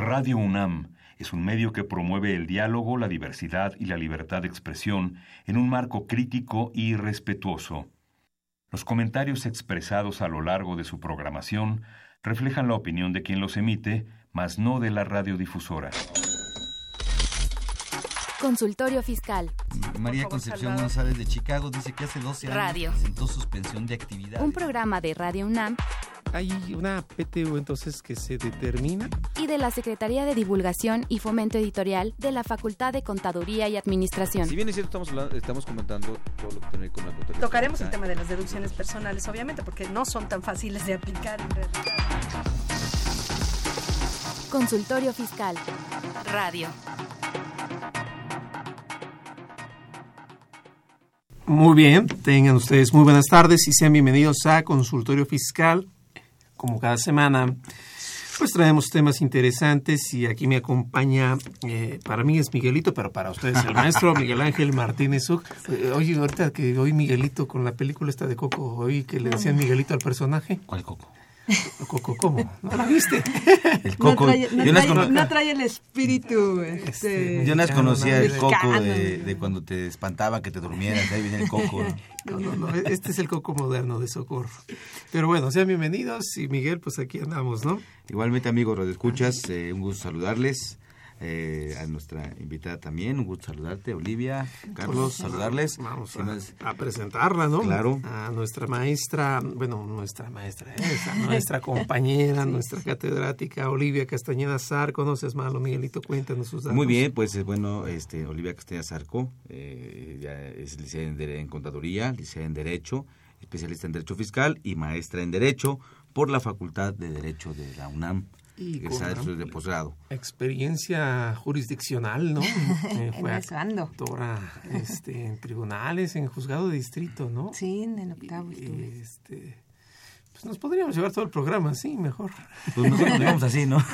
Radio UNAM es un medio que promueve el diálogo, la diversidad y la libertad de expresión en un marco crítico y respetuoso. Los comentarios expresados a lo largo de su programación reflejan la opinión de quien los emite, mas no de la radiodifusora. Consultorio Fiscal. María Concepción González de Chicago dice que hace 12 Radio. años presentó suspensión de actividades. Un programa de Radio UNAM Hay una PTU entonces que se determina y de la Secretaría de Divulgación y Fomento Editorial de la Facultad de Contaduría y Administración. Si bien es cierto, estamos comentando todo lo que tiene con la contabilidad. Tocaremos el tema de las deducciones personales, obviamente, porque no son tan fáciles de aplicar en realidad. Consultorio Fiscal. Radio. Muy bien, tengan ustedes muy buenas tardes y sean bienvenidos a Consultorio Fiscal. Como cada semana, pues traemos temas interesantes y aquí me acompaña, para mí es Miguelito, pero para ustedes el maestro Miguel Ángel Martínez Uc. Oye, ahorita que hoy Miguelito con la película esta de Coco, oí que le decían Miguelito al personaje. ¿Cuál Coco? Coco, ¿cómo? ¿No la viste? El Coco. No trae el espíritu. Yo no conocía el Coco de cuando te espantaba que te durmieras. Ahí viene el Coco. No, este es el Coco moderno de Socorro. Pero bueno, sean bienvenidos y Miguel, pues aquí andamos, ¿no? Igualmente, amigos radioescuchas, un gusto saludarles. A nuestra invitada también, un gusto saludarte, Olivia, Carlos, saludarles. Vamos a presentarla, ¿no? Claro. A nuestra maestra, nuestra compañera, nuestra catedrática, Olivia Castañeda Zarco. No seas malo, Miguelito, cuéntanos sus datos. Muy bien, pues Olivia Castañeda Zarco, ya es licenciada en Contaduría, licenciada en Derecho, especialista en Derecho Fiscal y maestra en Derecho por la Facultad de Derecho de la UNAM. Y con de posgrado. Experiencia jurisdiccional, ¿no? Fue actora en tribunales, en juzgado de distrito, ¿no? Sí, en octavo. Pues nos podríamos llevar todo el programa así, mejor. Pues nosotros digamos así, ¿no?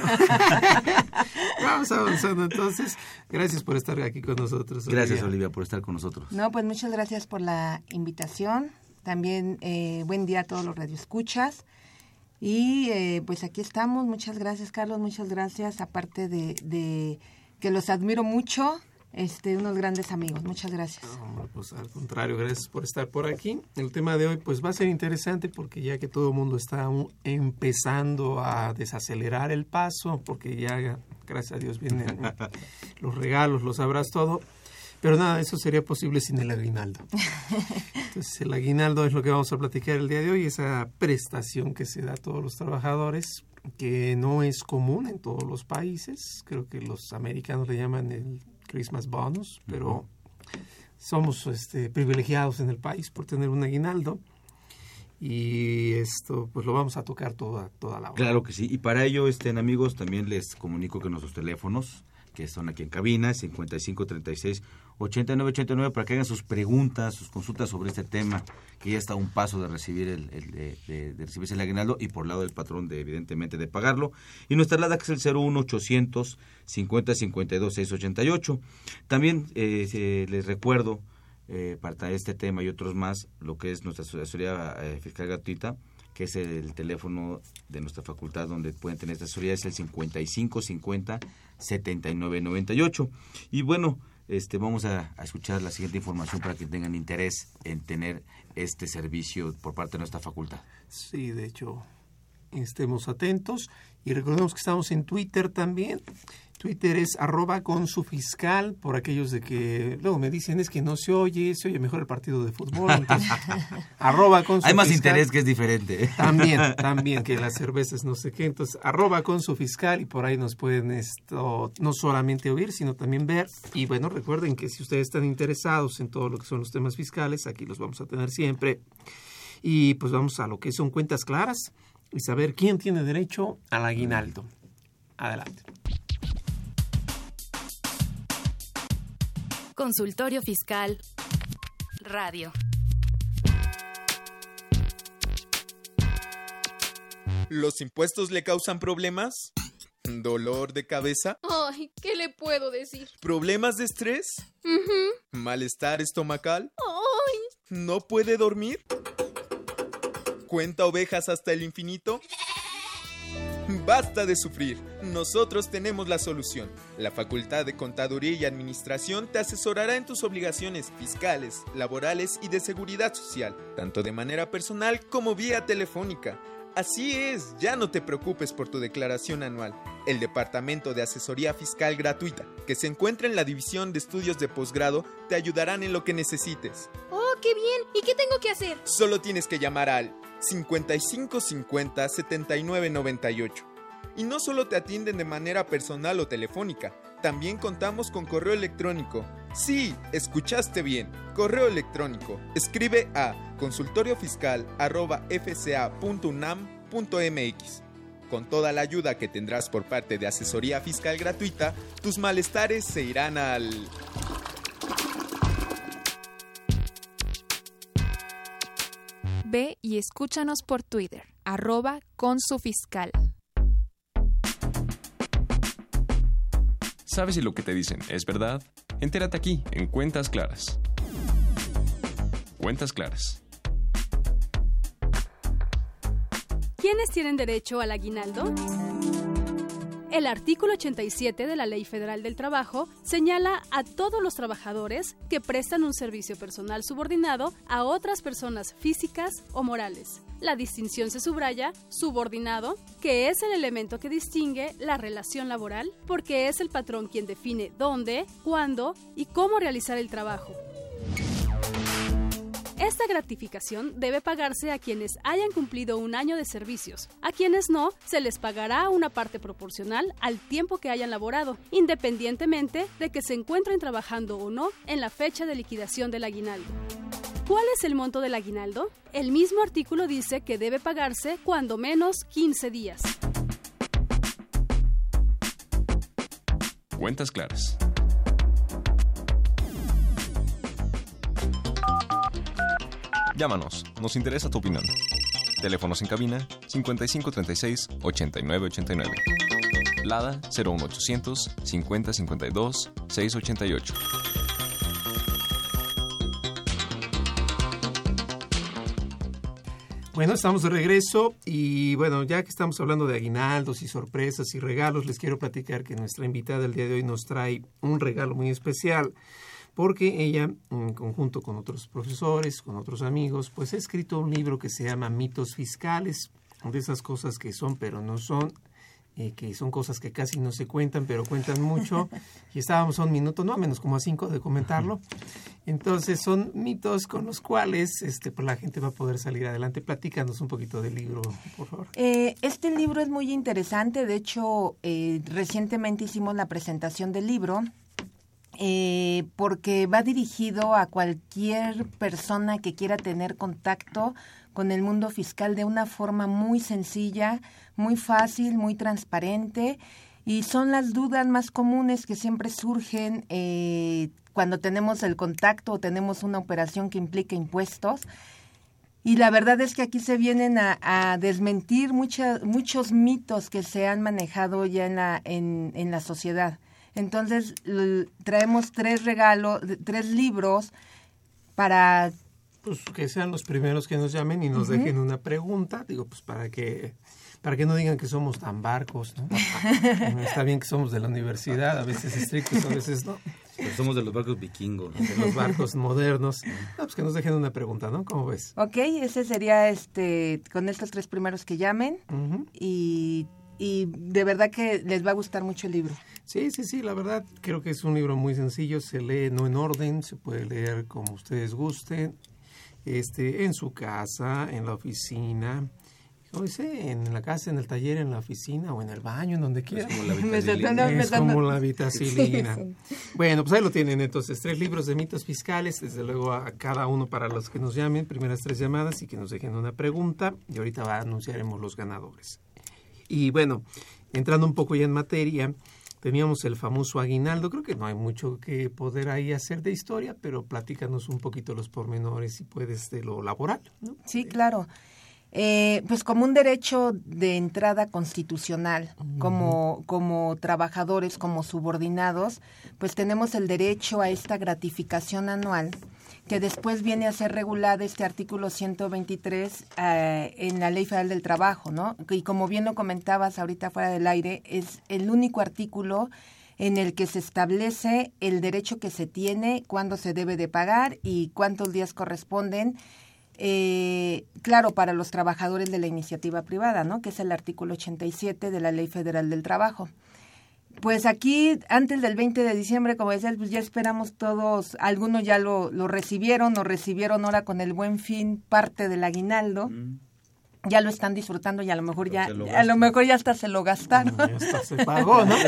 Vamos avanzando, entonces. Gracias por estar aquí con nosotros, Olivia. Gracias, Olivia, por estar con nosotros. No, pues muchas gracias por la invitación. También buen día a todos los radioescuchas. Y pues aquí estamos. Muchas gracias, Carlos, muchas gracias. Aparte de que los admiro mucho, unos grandes amigos. Muchas gracias. No, pues al contrario, gracias por estar por aquí. El tema de hoy pues va a ser interesante porque ya que todo el mundo está empezando a desacelerar el paso, porque ya, gracias a Dios, vienen los regalos, lo sabrás todo. Pero nada, eso sería posible sin el aguinaldo. Entonces, el aguinaldo es lo que vamos a platicar el día de hoy, esa prestación que se da a todos los trabajadores, que no es común en todos los países. Creo que los americanos le llaman el Christmas bonus, pero somos privilegiados en el país por tener un aguinaldo. Y esto, pues lo vamos a tocar toda la hora. Claro que sí. Y para ello, amigos, también les comunico que nuestros teléfonos, que están aquí en cabina, 5536-8989, para que hagan sus preguntas, sus consultas sobre este tema, que ya está a un paso de recibir de recibirse el aguinaldo y por lado del patrón, evidentemente, de pagarlo. Y nuestra alada, que es el 01800 5052 688. También les recuerdo, para este tema y otros más, lo que es nuestra asesoría fiscal gratuita, que es el teléfono de nuestra facultad donde pueden tener esta asesoría, es el 5550-7998. Y bueno, vamos a escuchar la siguiente información para que tengan interés en tener este servicio por parte de nuestra facultad. Sí, de hecho, estemos atentos y recordemos que estamos en Twitter también. Twitter es @consufiscal, por aquellos de que luego me dicen es que no se oye mejor el partido de fútbol. Entonces, @consufiscal. Hay más interés, que es diferente. También, que las cervezas no sé qué. Entonces, @consufiscal, y por ahí nos pueden no solamente oír, sino también ver. Y bueno, recuerden que si ustedes están interesados en todo lo que son los temas fiscales, aquí los vamos a tener siempre. Y pues vamos a lo que son cuentas claras y saber quién tiene derecho al aguinaldo. Adelante. Consultorio Fiscal. Radio. ¿Los impuestos le causan problemas? ¿Dolor de cabeza? Ay, ¿qué le puedo decir? ¿Problemas de estrés? ¿Malestar estomacal? Ay. ¿No puede dormir? ¿Cuenta ovejas hasta el infinito? Basta de sufrir, nosotros tenemos la solución. La Facultad de Contaduría y Administración te asesorará en tus obligaciones fiscales, laborales y de seguridad social, tanto de manera personal como vía telefónica. Así es, ya no te preocupes por tu declaración anual. El Departamento de Asesoría Fiscal Gratuita, que se encuentra en la División de Estudios de Posgrado, te ayudarán en lo que necesites. ¡Oh, qué bien! ¿Y qué tengo que hacer? Solo tienes que llamar al 5550 7998. Y no solo te atienden de manera personal o telefónica, también contamos con correo electrónico. Sí, escuchaste bien, correo electrónico. Escribe a consultoriofiscal@fca.unam.mx. Con toda la ayuda que tendrás por parte de asesoría fiscal gratuita, tus malestares se irán al... Ve y escúchanos por Twitter, @consufiscal. ¿Sabes si lo que te dicen es verdad? Entérate aquí, en Cuentas Claras. Cuentas Claras. ¿Quiénes tienen derecho al aguinaldo? El artículo 87 de la Ley Federal del Trabajo señala a todos los trabajadores que prestan un servicio personal subordinado a otras personas físicas o morales. La distinción se subraya subordinado, que es el elemento que distingue la relación laboral, porque es el patrón quien define dónde, cuándo y cómo realizar el trabajo. Esta gratificación debe pagarse a quienes hayan cumplido un año de servicios. A quienes no, se les pagará una parte proporcional al tiempo que hayan laborado, independientemente de que se encuentren trabajando o no en la fecha de liquidación del aguinaldo. ¿Cuál es el monto del aguinaldo? El mismo artículo dice que debe pagarse cuando menos 15 días. Cuentas Claras. Llámanos, nos interesa tu opinión. Teléfonos en cabina 5536-8989. Lada 01800 5052 688. Bueno, estamos de regreso y bueno, ya que estamos hablando de aguinaldos y sorpresas y regalos, les quiero platicar que nuestra invitada el día de hoy nos trae un regalo muy especial, porque ella, en conjunto con otros profesores, con otros amigos, pues ha escrito un libro que se llama Mitos Fiscales, de esas cosas que son pero no son, que son cosas que casi no se cuentan pero cuentan mucho, y estábamos a un minuto, no, menos como a 5 de comentarlo. Entonces son mitos con los cuales pues la gente va a poder salir adelante. Platícanos un poquito del libro, por favor. Este libro es muy interesante, de hecho recientemente hicimos la presentación del libro, porque va dirigido a cualquier persona que quiera tener contacto con el mundo fiscal de una forma muy sencilla, muy fácil, muy transparente, y son las dudas más comunes que siempre surgen cuando tenemos el contacto o tenemos una operación que implica impuestos. Y la verdad es que aquí se vienen a desmentir muchos mitos que se han manejado ya en la sociedad. Entonces traemos 3 libros para... Pues que sean los primeros que nos llamen y nos dejen una pregunta, digo, pues para que no digan que somos tan barcos, ¿no? Está bien que somos de la universidad, a veces estrictos, a veces no. Pero somos de los barcos vikingos, ¿no? De los barcos modernos. No, pues que nos dejen una pregunta, ¿no? ¿Cómo ves? Ok, ese sería con estos 3 primeros que llamen y de verdad que les va a gustar mucho el libro. Sí, la verdad creo que es un libro muy sencillo, se lee no en orden, se puede leer como ustedes gusten, en su casa, en la oficina, como dice, en la casa, en el taller, en la oficina o en el baño, en donde quiera. Es como la vitacilina. Sí. Bueno, pues ahí lo tienen entonces, 3 libros de mitos fiscales, desde luego a cada uno para los que nos llamen, primeras 3 llamadas y que nos dejen una pregunta y ahorita anunciaremos los ganadores. Y bueno, entrando un poco ya en materia, teníamos el famoso aguinaldo. Creo que no hay mucho que poder ahí hacer de historia, pero platícanos un poquito los pormenores, si puedes, de lo laboral, ¿no? Sí, claro. Pues como un derecho de entrada constitucional, como trabajadores, como subordinados, pues tenemos el derecho a esta gratificación anual que después viene a ser regulada este artículo 123 en la Ley Federal del Trabajo, ¿no? Y como bien lo comentabas ahorita fuera del aire, es el único artículo en el que se establece el derecho que se tiene, cuándo se debe de pagar y cuántos días corresponden, claro, para los trabajadores de la iniciativa privada, ¿no? Que es el artículo 87 de la Ley Federal del Trabajo. Pues aquí, antes del 20 de diciembre, como decías, pues ya esperamos todos, algunos ya lo recibieron ahora con el Buen Fin, parte del aguinaldo. Ya lo están disfrutando y a lo mejor ya hasta se lo gastaron. Ya hasta se pagó, ¿no?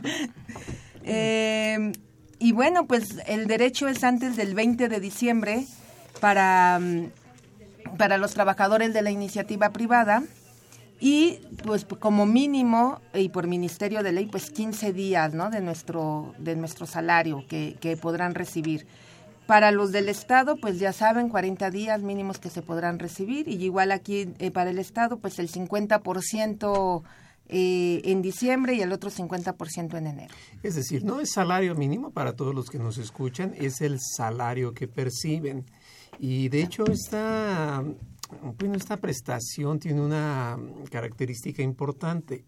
Y bueno, pues el derecho es antes del 20 de diciembre para los trabajadores de la iniciativa privada y pues como mínimo y por Ministerio de Ley pues 15 días, ¿no? de nuestro salario que podrán recibir. Para los del Estado, pues ya saben, 40 días mínimos que se podrán recibir y igual aquí para el Estado, pues el 50% en diciembre y el otro 50% en enero. Es decir, no es salario mínimo para todos los que nos escuchan, es el salario que perciben. Y de hecho esta prestación tiene una característica importante,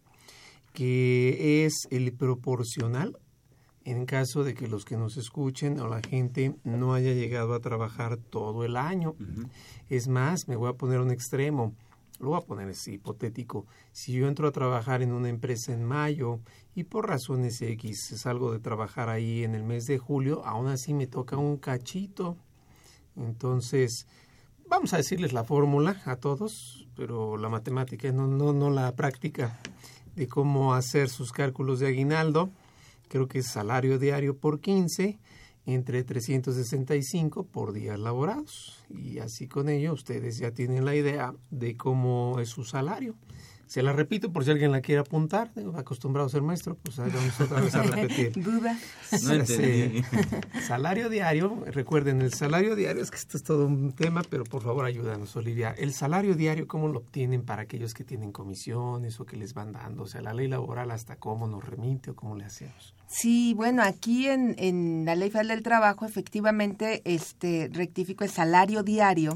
que es el proporcional en caso de que los que nos escuchen o la gente no haya llegado a trabajar todo el año. Uh-huh. Es más, me voy a poner un extremo, lo voy a poner así, hipotético. Si yo entro a trabajar en una empresa en mayo y por razones X salgo de trabajar ahí en el mes de julio, aún así me toca un cachito. Entonces, vamos a decirles la fórmula a todos, pero la matemática, no la práctica de cómo hacer sus cálculos de aguinaldo. Creo que es salario diario por 15 entre 365 por días laborados. Y así con ello ustedes ya tienen la idea de cómo es su salario. Se la repito por si alguien la quiere apuntar. Acostumbrado a ser maestro, pues ahí vamos otra vez a repetir. ¿Duda? No entendí. Salario diario, recuerden, el salario diario, es que esto es todo un tema, pero por favor ayúdanos, Olivia. El salario diario, ¿cómo lo obtienen para aquellos que tienen comisiones o que les van dando? O sea, la ley laboral, ¿hasta cómo nos remite o cómo le hacemos? Sí, bueno, aquí en la Ley Federal del Trabajo, efectivamente, rectifico el salario diario.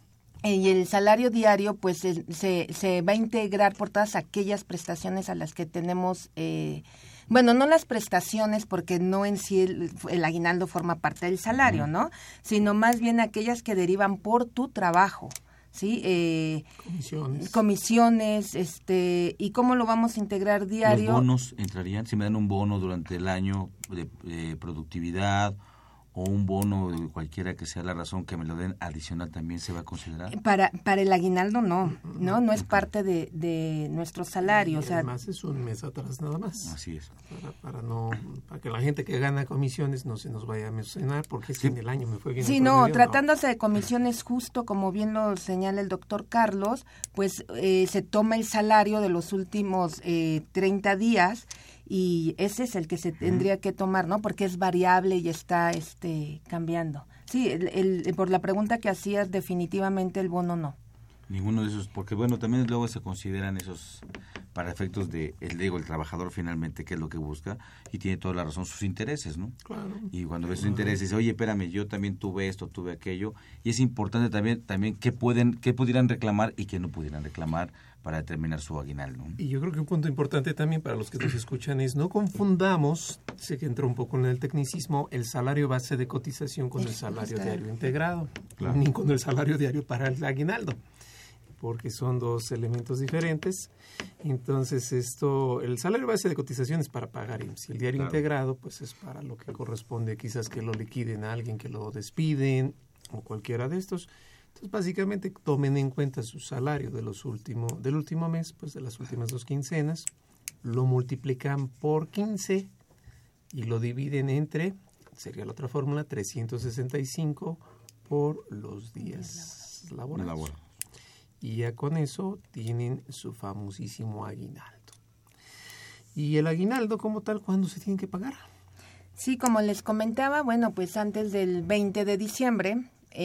Y el salario diario, pues, se va a integrar por todas aquellas prestaciones a las que tenemos, bueno, no las prestaciones, porque no en sí el aguinaldo forma parte del salario, ¿no? Sino más bien aquellas que derivan por tu trabajo, ¿sí? Comisiones, ¿y cómo lo vamos a integrar diario? ¿Los bonos entrarían? Si me dan un bono durante el año de productividad o un bono de cualquiera que sea la razón que me lo den adicional, ¿también se va a considerar? Para el aguinaldo no es parte de nuestro salario. Y además es un mes atrás nada más. Así es. Para que la gente que gana comisiones no se nos vaya a mencionar, porque es que en el año me fue bien. Sí, tratándose de comisiones justo, como bien lo señala el doctor Carlos, pues se toma el salario de los últimos 30 días y ese es el que se tendría que tomar, ¿no? Porque es variable y está cambiando. Sí, por la pregunta que hacías, definitivamente el bono no. Ninguno de esos, porque bueno, también luego se consideran esos para efectos de, el trabajador finalmente, qué es lo que busca, y tiene toda la razón, sus intereses, ¿no? Claro. Y cuando ves sus intereses, dice, oye, espérame, yo también tuve esto, tuve aquello, y es importante también qué pudieran reclamar y qué no pudieran reclamar para determinar su aguinaldo, ¿no? Y yo creo que un punto importante también para los que nos escuchan es no confundamos, sé que entró un poco en el tecnicismo, el salario base de cotización con el salario diario integrado, claro, ni con el salario diario para el aguinaldo, porque son dos elementos diferentes. Entonces el salario base de cotización es para pagar IMSS, el diario integrado pues es para lo que corresponde, quizás que lo liquiden a alguien, que lo despiden o cualquiera de estos. Entonces, básicamente, tomen en cuenta su salario del último mes, pues de las últimas 2 quincenas, lo multiplican por 15 y lo dividen entre, sería la otra fórmula, 365 por los días laborados. Y ya con eso tienen su famosísimo aguinaldo. ¿Y el aguinaldo como tal, cuándo se tiene que pagar? Sí, como les comentaba, bueno, pues antes del 20 de diciembre,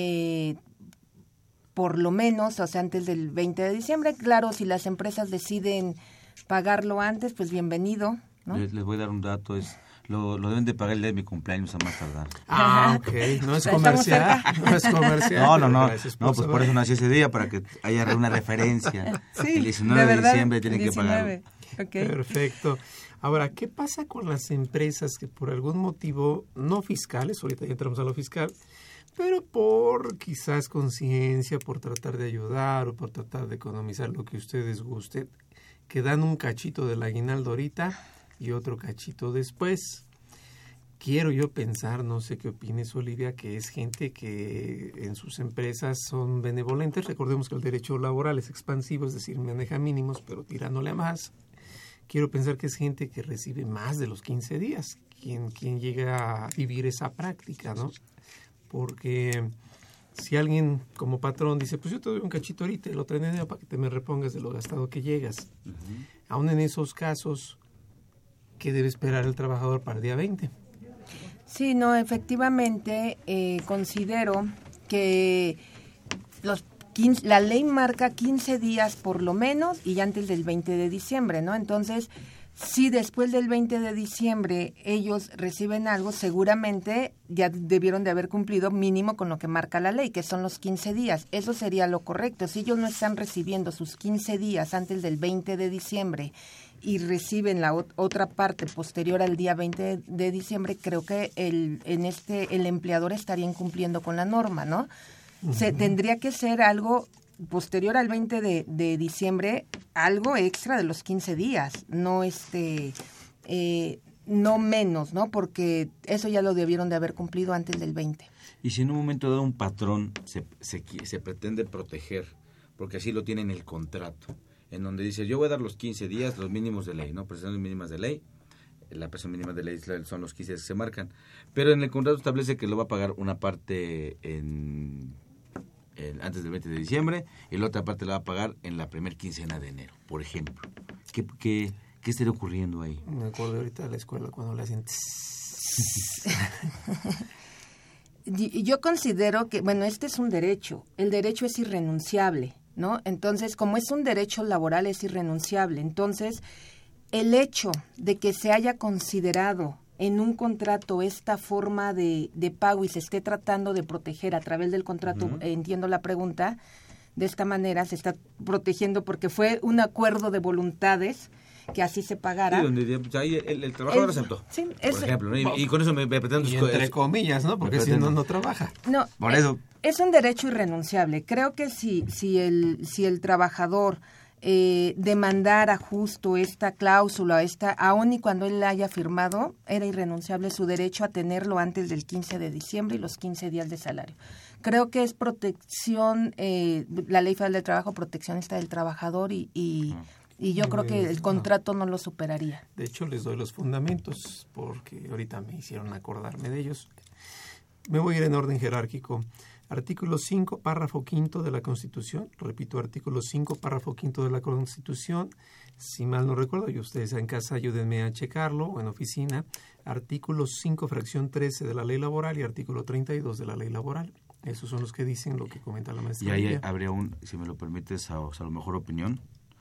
por lo menos, o sea, antes del 20 de diciembre, claro, si las empresas deciden pagarlo antes, pues bienvenido, ¿no? Les voy a dar un dato, lo deben de pagar el día de mi cumpleaños a más tardar. Ok, no es comercial. No es comercial. No, pues por eso nací ese día, para que haya una referencia. Sí, el 19 de diciembre tienen que pagarlo. Okay. Perfecto. Ahora, ¿qué pasa con las empresas que por algún motivo, no fiscales, ahorita ya entramos a lo fiscal, pero por quizás conciencia, por tratar de ayudar o por tratar de economizar lo que ustedes gusten, que dan un cachito del aguinaldo ahorita y otro cachito después? Quiero yo pensar, no sé qué opines, Olivia, que es gente que en sus empresas son benevolentes. Recordemos que el derecho laboral es expansivo, es decir, maneja mínimos, pero tirándole a más. Quiero pensar que es gente que recibe más de los 15 días, quien llega a vivir esa práctica, ¿no? Porque si alguien como patrón dice, pues yo te doy un cachito ahorita y lo traen en enero para que te me repongas de lo gastado que llegas. Aún en esos casos, ¿qué debe esperar el trabajador para el día 20? Sí, no, efectivamente, considero que la ley marca 15 días por lo menos y antes del 20 de diciembre, ¿no? Entonces, si después del 20 de diciembre ellos reciben algo, seguramente ya debieron de haber cumplido mínimo con lo que marca la ley, que son los 15 días. Eso sería lo correcto. Si ellos no están recibiendo sus 15 días antes del 20 de diciembre y reciben la otra parte posterior al día 20 de diciembre, creo que el empleador estaría incumpliendo con la norma, ¿no? Tendría que ser algo posterior al 20 de diciembre, algo extra de los 15 días, no no menos, ¿no? Porque eso ya lo debieron de haber cumplido antes del 20. Y si en un momento dado un patrón se pretende proteger, porque así lo tiene en el contrato, en donde dice, yo voy a dar los 15 días, los mínimos de ley, ¿no? Prestaciones mínimas de ley, la prestación mínima de ley son los 15 días que se marcan, pero en el contrato establece que lo va a pagar una parte antes del 20 de diciembre y la otra parte la va a pagar en la primera quincena de enero, por ejemplo. ¿Qué estaría ocurriendo ahí? Me acuerdo ahorita de la escuela cuando le hacen... Yo considero que, bueno, este es un derecho. El derecho es irrenunciable, ¿no? Entonces, como es un derecho laboral, es irrenunciable. Entonces, el hecho de que se haya considerado en un contrato esta forma de pago y se esté tratando de proteger a través del contrato, entiendo la pregunta, de esta manera se está protegiendo porque fue un acuerdo de voluntades que así se pagara. Sí, donde pues, ahí el trabajador aceptó, sí, por ejemplo, ¿no? Y con eso me pretendo... Y entre comillas, ¿no? Porque si no trabaja. No, por eso. Es un derecho irrenunciable. Creo que si el trabajador demandara justo esta cláusula, aun y cuando él la haya firmado, era irrenunciable su derecho a tenerlo antes del 15 de diciembre y los 15 días de salario. Creo que es protección, la Ley Federal del Trabajo, proteccionista del trabajador y yo creo que el contrato no lo superaría. De hecho, les doy los fundamentos porque ahorita me hicieron acordarme de ellos. Me voy a ir en orden jerárquico. Artículo 5, párrafo 5 de la Constitución. Repito, artículo 5, párrafo 5 de la Constitución. Si mal no recuerdo, y ustedes en casa ayúdenme a checarlo, o en oficina. Artículo 5, fracción 13 de la Ley Laboral y artículo 32 de la Ley Laboral. Esos son los que dicen lo que comenta la maestra. Y ahí habría si me lo permites, a lo mejor opinión,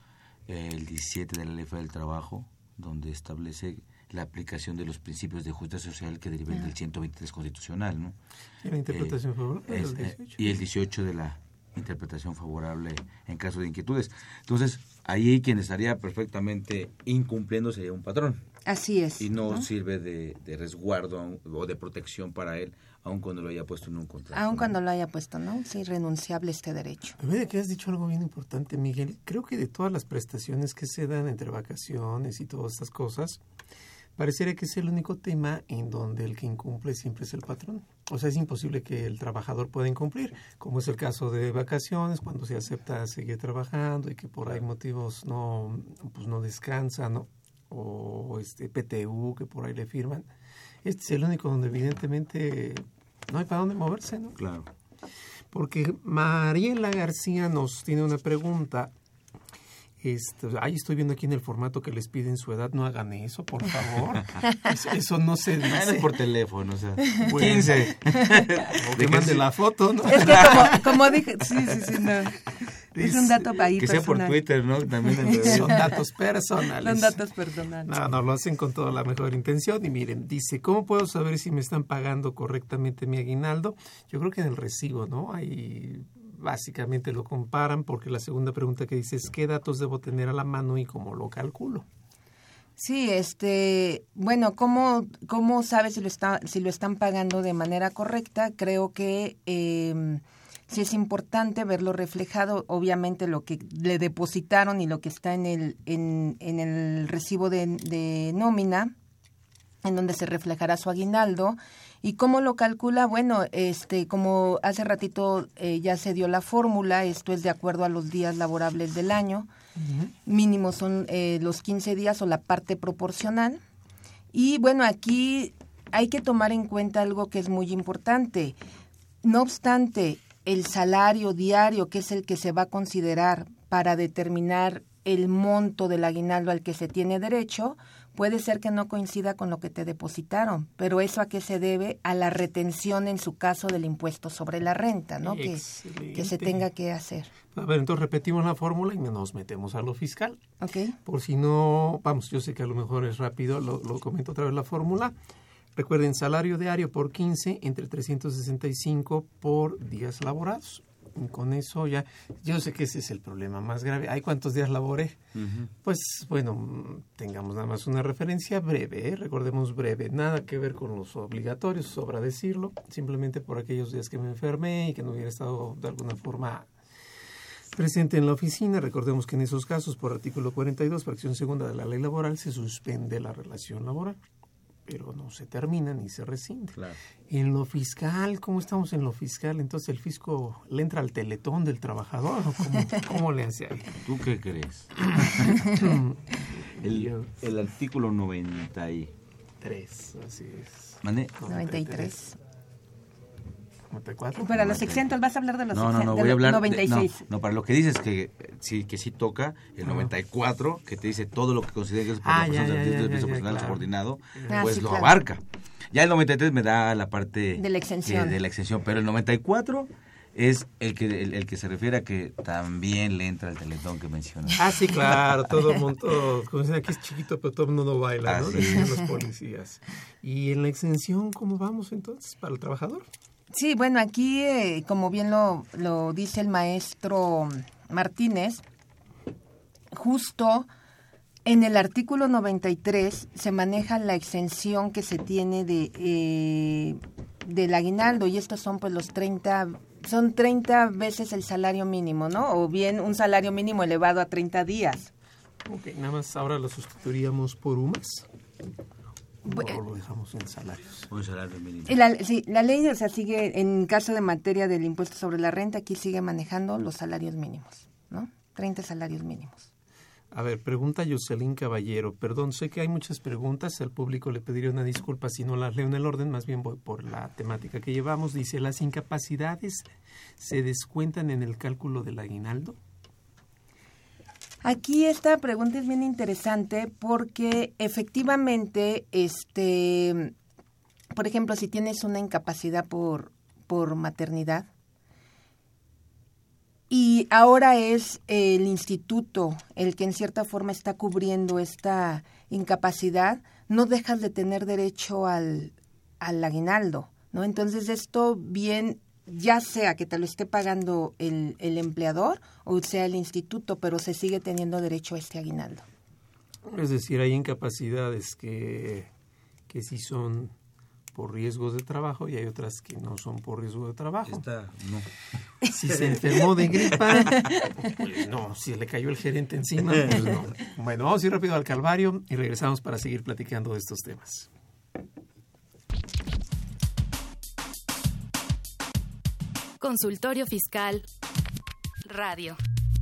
el 17 de la Ley Federal del Trabajo, donde establece la aplicación de los principios de justicia social que derivan del 123 constitucional, ¿no? ¿Y la interpretación favorable? Y el 18 de la interpretación favorable en caso de inquietudes. Entonces, ahí quien estaría perfectamente incumpliendo sería un patrón. Así es. Y no sirve de resguardo o de protección para él, aun cuando lo haya puesto en un contrato. Aun cuando lo haya puesto, ¿no? Es irrenunciable este derecho. A ver, que has dicho algo bien importante, Miguel. Creo que de todas las prestaciones que se dan entre vacaciones y todas estas cosas, pareciera que es el único tema en donde el que incumple siempre es el patrón. O sea, es imposible que el trabajador pueda incumplir, como es el caso de vacaciones, cuando se acepta seguir trabajando y que por ahí motivos no descansa, ¿no? O PTU que por ahí le firman. Este es el único donde evidentemente no hay para dónde moverse, ¿no? Claro. Porque Mariela García nos tiene una pregunta. Ahí estoy viendo aquí en el formato que les piden su edad. No hagan eso, por favor. Eso no se dice. No es por teléfono, o sea, bueno, 15. O que mande la foto, ¿no? Es que como dije, sí, no. Es un dato ahí que personal. sea por Twitter, ¿no? También son datos personales. Son datos personales. No, lo hacen con toda la mejor intención. Y miren, dice, ¿cómo puedo saber si me están pagando correctamente mi aguinaldo? Yo creo que en el recibo, ¿no? Ahí básicamente lo comparan, porque la segunda pregunta que dice es ¿qué datos debo tener a la mano y cómo lo calculo? Sí, bueno, ¿cómo sabes si lo están pagando de manera correcta? Creo que sí es importante verlo reflejado, obviamente lo que le depositaron y lo que está en el recibo de nómina, en donde se reflejará su aguinaldo. ¿Y cómo lo calcula? Bueno, como hace ratito ya se dio la fórmula, esto es de acuerdo a los días laborables del año. Mínimo son los 15 días o la parte proporcional. Y bueno, aquí hay que tomar en cuenta algo que es muy importante. No obstante, el salario diario, que es el que se va a considerar para determinar el monto del aguinaldo al que se tiene derecho, puede ser que no coincida con lo que te depositaron, pero ¿eso a qué se debe? A la retención, en su caso, del impuesto sobre la renta, ¿no? Que se tenga que hacer. A ver, entonces repetimos la fórmula y nos metemos a lo fiscal. Okay. Por si no, yo sé que a lo mejor es rápido, lo comento otra vez la fórmula. Recuerden, salario diario por 15, entre 365 por días laborados. Y con eso ya, yo sé que ese es el problema más grave. ¿Hay cuántos días laboré? Pues bueno, tengamos nada más una referencia breve, recordemos breve, nada que ver con los obligatorios, sobra decirlo, simplemente por aquellos días que me enfermé y que no hubiera estado de alguna forma presente en la oficina. Recordemos que en esos casos, por artículo 42, fracción segunda de la ley laboral, se suspende la relación laboral, pero no se termina ni se rescinde. Claro. En lo fiscal, ¿cómo estamos en lo fiscal? Entonces, ¿el fisco le entra al teletón del trabajador o cómo le hace ahí? ¿Tú qué crees? el artículo 93. Así es. ¿Mande? 93. 94. Para los exentos, ¿vas a hablar de los exentos? No, voy a hablar 96. No, para lo que dices que sí toca el 94, que te dice todo lo que consideres por la persona de piso personal subordinado, pues sí, lo abarca. Ya el 93 me da la parte de la exención. Pero el 94 es el que se refiere a que también le entra el teletón que mencionas. Ah, sí, claro, todo el mundo, como dicen aquí es chiquito, pero todo el mundo baila, ¿no? Decían los policías. Y en la exención, ¿cómo vamos entonces para el trabajador? Sí, bueno, aquí, como bien lo dice el maestro Martínez, justo en el artículo 93 se maneja la exención que se tiene del aguinaldo, y estos son pues son 30 veces el salario mínimo, ¿no? O bien un salario mínimo elevado a 30 días. Ok, nada más ahora lo sustituiríamos por UMAS. ¿O lo dejamos en salarios? Un salario mínimo. La ley, o sea, sigue, en caso de materia del impuesto sobre la renta, aquí sigue manejando los salarios mínimos, ¿no? 30 salarios mínimos. A ver, pregunta Jocelyn Caballero. Perdón, sé que hay muchas preguntas, al público le pediría una disculpa si no las leo en el orden, más bien voy por la temática que llevamos. Dice, ¿las incapacidades se descuentan en el cálculo del aguinaldo? Aquí esta pregunta es bien interesante porque efectivamente, por ejemplo, si tienes una incapacidad por maternidad y ahora es el instituto el que en cierta forma está cubriendo esta incapacidad, no dejas de tener derecho al aguinaldo, ¿no? Entonces esto bien, ya sea que te lo esté pagando el empleador o sea el instituto, pero se sigue teniendo derecho a este aguinaldo. Es decir, hay incapacidades que sí son por riesgos de trabajo y hay otras que no son por riesgo de trabajo. No. Si se enfermó de gripa, pues no. Si le cayó el gerente encima, pues no. Bueno, vamos a ir rápido al Calvario y regresamos para seguir platicando de estos temas. Consultorio Fiscal Radio.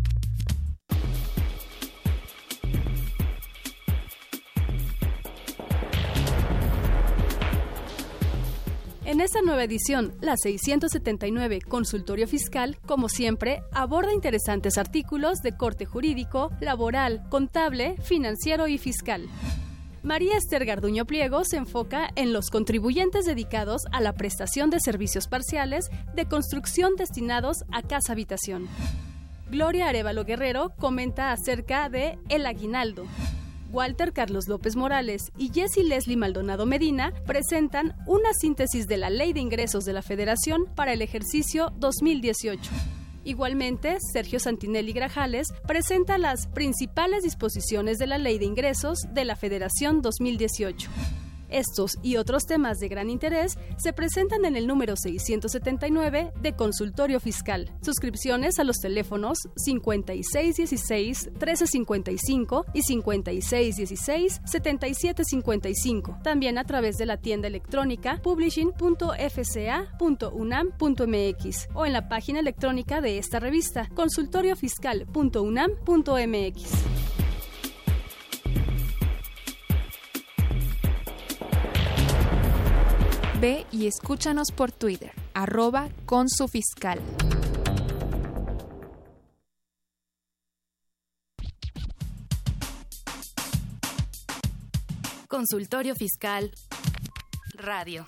En esta nueva edición, la 679 Consultorio Fiscal, como siempre, aborda interesantes artículos de corte jurídico, laboral, contable, financiero y fiscal. María Esther Garduño Pliego se enfoca en los contribuyentes dedicados a la prestación de servicios parciales de construcción destinados a casa-habitación. Gloria Arévalo Guerrero comenta acerca de el aguinaldo. Walter Carlos López Morales y Jessie Leslie Maldonado Medina presentan una síntesis de la Ley de Ingresos de la Federación para el ejercicio 2018. Igualmente, Sergio Santinelli Grajales presenta las principales disposiciones de la Ley de Ingresos de la Federación 2018. Estos y otros temas de gran interés se presentan en el número 679 de Consultorio Fiscal. Suscripciones a los teléfonos 5616-1355 y 5616-7755. También a través de la tienda electrónica publishing.fca.unam.mx o en la página electrónica de esta revista, consultoriofiscal.unam.mx. Ve y escúchanos por Twitter, @consufiscal. Consultorio Fiscal Radio.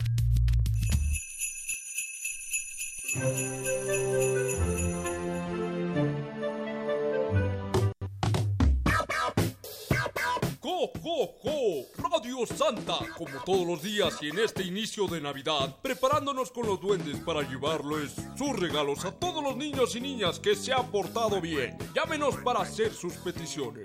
¡Jo, jo, jo! Radio Santa, como todos los días y en este inicio de Navidad, preparándonos con los duendes para llevarles sus regalos a todos los niños y niñas que se han portado bien. Llámenos para hacer sus peticiones.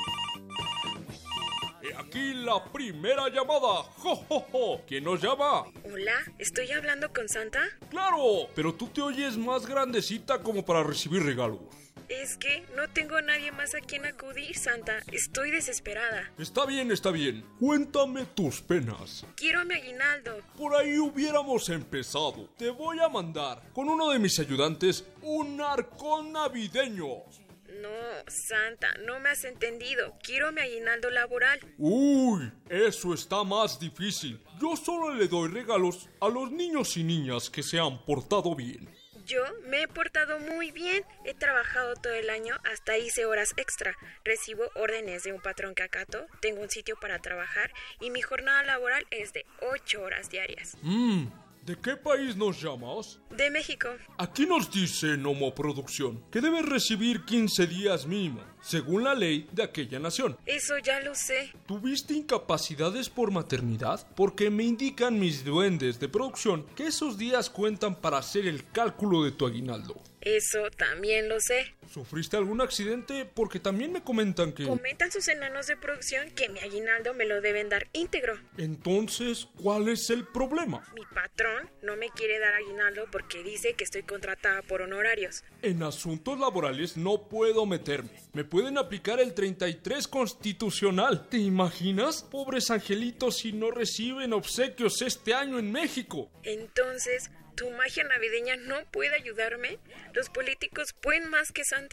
He aquí la primera llamada. ¡Jo, jo, jo! ¿Quién nos llama? Hola, ¿estoy hablando con Santa? ¡Claro! Pero tú te oyes más grandecita como para recibir regalos. Es que no tengo nadie más a quien acudir, Santa. Estoy desesperada. Está bien, está bien. Cuéntame tus penas. Quiero mi aguinaldo. Por ahí hubiéramos empezado. Te voy a mandar con uno de mis ayudantes un arcón navideño. No, Santa, no me has entendido. Quiero mi aguinaldo laboral. Uy, eso está más difícil. Yo solo le doy regalos a los niños y niñas que se han portado bien. Yo me he portado muy bien. He trabajado todo el año, hasta hice horas extra. Recibo órdenes de un patrón que acato, tengo un sitio para trabajar y mi jornada laboral es de 8 horas diarias. ¿De qué país nos llamas? De México. Aquí nos dice Nomo Producción que debes recibir 15 días mínimo, según la ley de aquella nación. Eso ya lo sé. ¿Tuviste incapacidades por maternidad? Porque me indican mis duendes de producción que esos días cuentan para hacer el cálculo de tu aguinaldo. Eso también lo sé. ¿Sufriste algún accidente? Porque también me comentan que... Comentan sus enanos de producción que mi aguinaldo me lo deben dar íntegro. Entonces, ¿cuál es el problema? Mi patrón no me quiere dar aguinaldo porque dice que estoy contratada por honorarios. En asuntos laborales no puedo meterme. Me pueden aplicar el 33 constitucional. ¿Te imaginas? Pobres angelitos si no reciben obsequios este año en México. Entonces... ¿tu magia navideña no puede ayudarme? ¿Los políticos pueden más que Santa?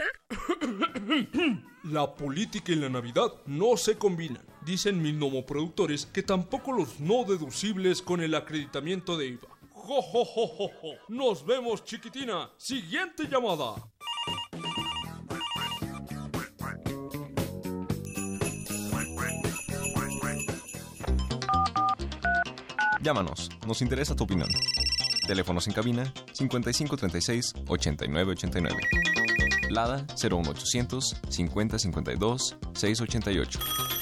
La política y la Navidad no se combinan. Dicen mis nomoproductores que tampoco los no deducibles con el acreditamiento de IVA. ¡Jo, jo, jo, jo, jo! ¡Nos vemos, chiquitina! ¡Siguiente llamada! Llámanos, nos interesa tu opinión. Teléfonos en cabina 5536-8989. Lada 01800 5052 688.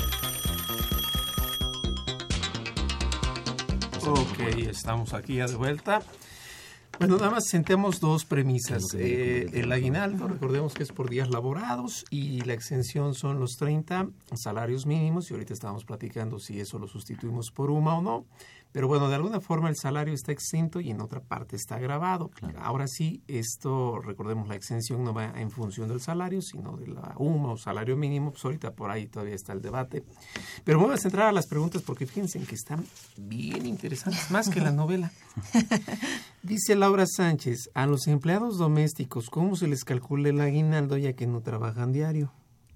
Ok, estamos aquí ya de vuelta. Bueno, nada más sentemos dos premisas. El aguinaldo, recordemos que es por días laborados y la exención son los 30 salarios mínimos y ahorita estábamos platicando si eso lo sustituimos por UMA o no. Pero bueno, de alguna forma el salario está exento y en otra parte está grabado. Claro. Ahora sí, esto, recordemos, la exención no va en función del salario, sino de la UMA o salario mínimo. Pues ahorita por ahí todavía está el debate. Pero me voy a centrar a las preguntas porque fíjense que están bien interesantes, más que la novela. Dice Laura Sánchez, a los empleados domésticos, ¿cómo se les calcula el aguinaldo ya que no trabajan diario?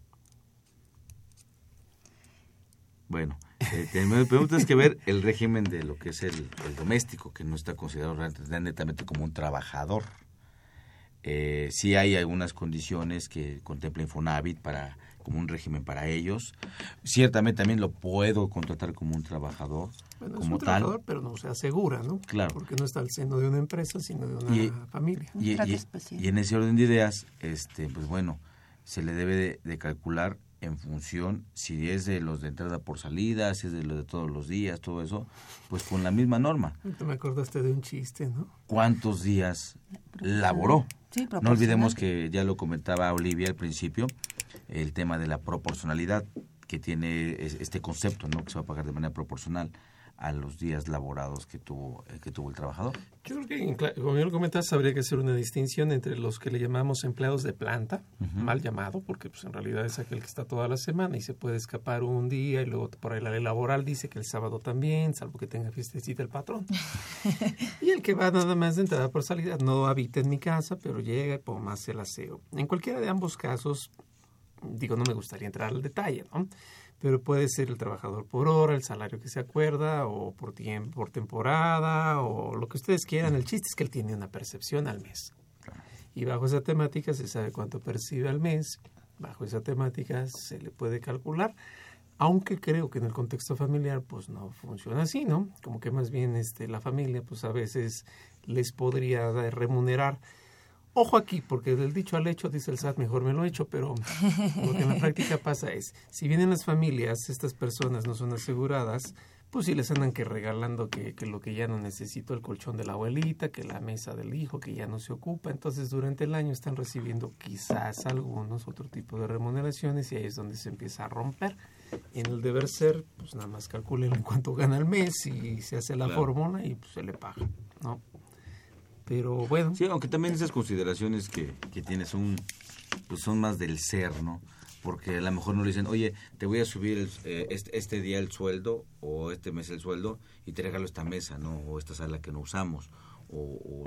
Bueno, tenemos que ver el régimen de lo que es el doméstico, que no está considerado netamente como un trabajador. Sí hay algunas condiciones que contempla Infonavit para como un régimen para ellos. Ciertamente también lo puedo contratar como un trabajador, bueno, como es un tal. trabajador, pero no se asegura, ¿no? Claro. Porque no está al seno de una empresa, sino de una familia. Y en ese orden de ideas, pues bueno, se le debe de calcular en función, si es de los de entrada por salida, si es de los de todos los días, todo eso, pues con la misma norma. Te me acordaste de un chiste, ¿no? ¿Cuántos días laboró? Sí, no olvidemos que ya lo comentaba Olivia al principio, el tema de la proporcionalidad que tiene este concepto, ¿no? Que se va a pagar de manera proporcional a los días laborados que tuvo el trabajador. Yo creo que, como bien lo comentas, habría que hacer una distinción entre los que le llamamos empleados de planta, mal llamado, porque pues en realidad es aquel que está toda la semana y se puede escapar un día y luego por ahí la ley laboral dice que el sábado también, salvo que tenga fiestecita el patrón. Y el que va nada más de entrada por salida, no habita en mi casa, pero llega y pum, hace el aseo. En cualquiera de ambos casos, digo, no me gustaría entrar al detalle, ¿no? Pero puede ser el trabajador por hora, el salario que se acuerda, o por tiempo, por temporada, o lo que ustedes quieran. El chiste es que él tiene una percepción al mes. Y bajo esa temática se sabe cuánto percibe al mes. Bajo esa temática se le puede calcular. Aunque creo que en el contexto familiar pues no funciona así, ¿no? Como que más bien la familia pues a veces les podría remunerar. Ojo aquí, porque del dicho al hecho, dice el SAT, mejor me lo echo, pero lo que en la práctica pasa es, si bien en las familias estas personas no son aseguradas, pues sí les andan que regalando que lo que ya no necesito, el colchón de la abuelita, que la mesa del hijo, que ya no se ocupa. Entonces durante el año están recibiendo quizás algunos otro tipo de remuneraciones y ahí es donde se empieza a romper. En el deber ser, pues nada más calculen en cuánto gana al mes y se hace la fórmula y pues se le paga, ¿no? Pero bueno. Sí, aunque también esas consideraciones que tienes son más del ser, ¿no? Porque a lo mejor no le dicen, oye, te voy a subir este día el sueldo o este mes el sueldo y te regalo esta mesa, ¿no? O esta sala que no usamos o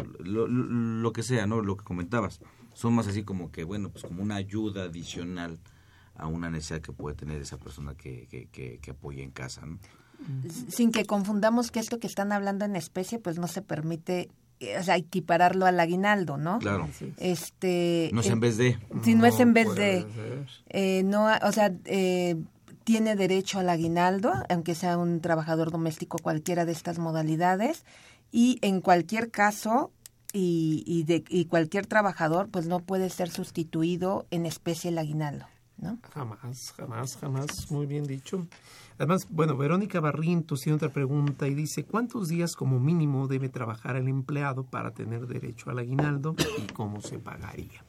lo que sea, ¿no? Lo que comentabas. Son más así como que, bueno, pues como una ayuda adicional a una necesidad que puede tener esa persona que apoya en casa, ¿no? Sin que confundamos que esto que están hablando en especie, pues no se permite, o sea, equipararlo al aguinaldo, ¿no? Claro. No es en vez de. Sí, no es en vez de. No, o sea, tiene derecho al aguinaldo, aunque sea un trabajador doméstico, cualquiera de estas modalidades, y en cualquier caso y cualquier trabajador, pues no puede ser sustituido en especie el aguinaldo, ¿no? Jamás, muy bien dicho. Además, bueno, Verónica Barrientos tiene otra pregunta y dice, ¿cuántos días como mínimo debe trabajar el empleado para tener derecho al aguinaldo y cómo se pagaría?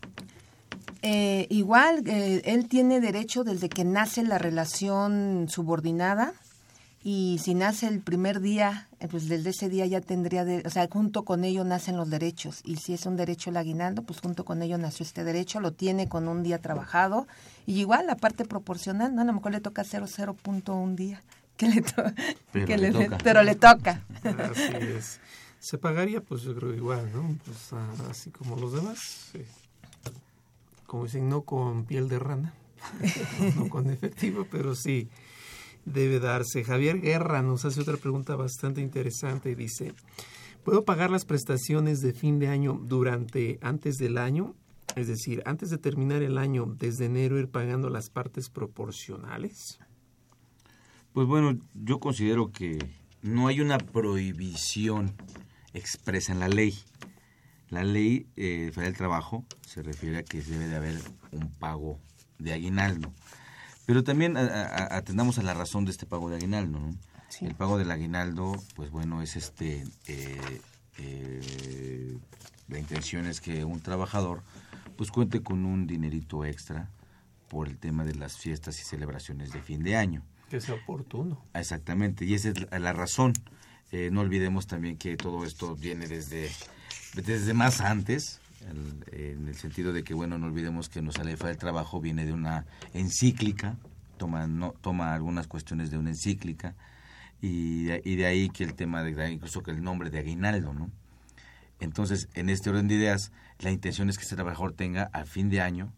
Igual, él tiene derecho desde que nace la relación subordinada y si nace el primer día, pues desde ese día ya tendría, o sea, junto con ello nacen los derechos. Y si es un derecho el aguinaldo, pues junto con ello nació este derecho, lo tiene con un día trabajado. Y igual, la parte proporcional, ¿no? A lo mejor le toca 0.1 día, pero le toca. Así es. Se pagaría, pues yo creo igual, ¿no? Pues así como los demás. Sí. Como dicen, no con piel de rana, no con efectivo, pero sí debe darse. Javier Guerra nos hace otra pregunta bastante interesante y dice, ¿puedo pagar las prestaciones de fin de año antes del año? Es decir, antes de terminar el año, desde enero ir pagando las partes proporcionales. Pues bueno, yo considero que no hay una prohibición expresa en la ley. La ley federal del trabajo se refiere a que debe de haber un pago de aguinaldo. Pero también atendamos a la razón de este pago de aguinaldo, ¿no? Sí. El pago del aguinaldo, pues bueno, es la intención es que un trabajador pues cuente con un dinerito extra por el tema de las fiestas y celebraciones de fin de año. Que sea oportuno. Exactamente, y esa es la razón. No olvidemos también que todo esto viene desde más antes, en el sentido de que, bueno, no olvidemos que nuestra ley federal del trabajo viene de una encíclica, toma algunas cuestiones de una encíclica, y de ahí que el tema incluso que el nombre de aguinaldo, ¿no? Entonces, en este orden de ideas, la intención es que este trabajador tenga a fin de año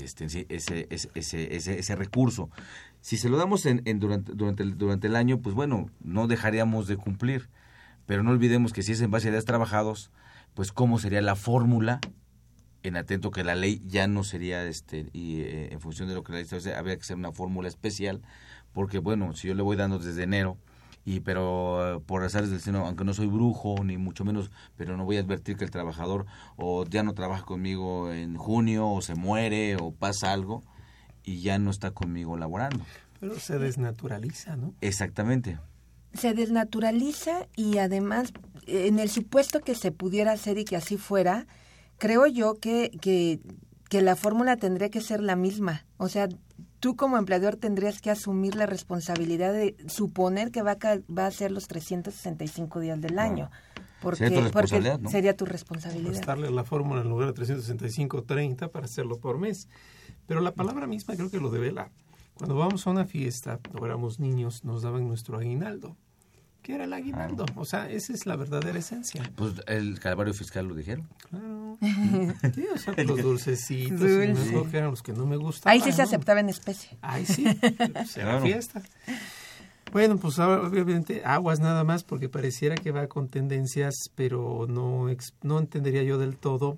ese recurso. Si se lo damos durante el año, pues bueno, no dejaríamos de cumplir, pero no olvidemos que si es en base a días trabajados, pues cómo sería la fórmula en atento que la ley ya no sería en función de lo que la ley establece, habría que hacer una fórmula especial, porque bueno, si yo le voy dando desde enero, pero por azares del destino, aunque no soy brujo ni mucho menos, pero no voy a advertir que el trabajador o ya no trabaja conmigo en junio, o se muere, o pasa algo y ya no está conmigo laborando. Pero se desnaturaliza, ¿no? Exactamente. Se desnaturaliza, y además, en el supuesto que se pudiera hacer y que así fuera, creo yo que la fórmula tendría que ser la misma. O sea, tú como empleador tendrías que asumir la responsabilidad de suponer que va a ser los 365 días del año. Porque sería tu responsabilidad. Prestarle la fórmula en lugar de 365-30 para hacerlo por mes. Pero la palabra misma creo que lo devela. Cuando vamos a una fiesta, o éramos niños, nos daban nuestro aguinaldo. ¿Qué era el aguinaldo? O sea, esa es la verdadera esencia. Pues el calvario fiscal lo dijeron. Claro. Sí, o sea, los dulcecitos, que eran los que no me gustaban. Ahí sí se aceptaba en especie. Ahí sí, pues era fiesta. Bueno, pues ahora obviamente aguas nada más, porque pareciera que va con tendencias, pero no entendería yo del todo,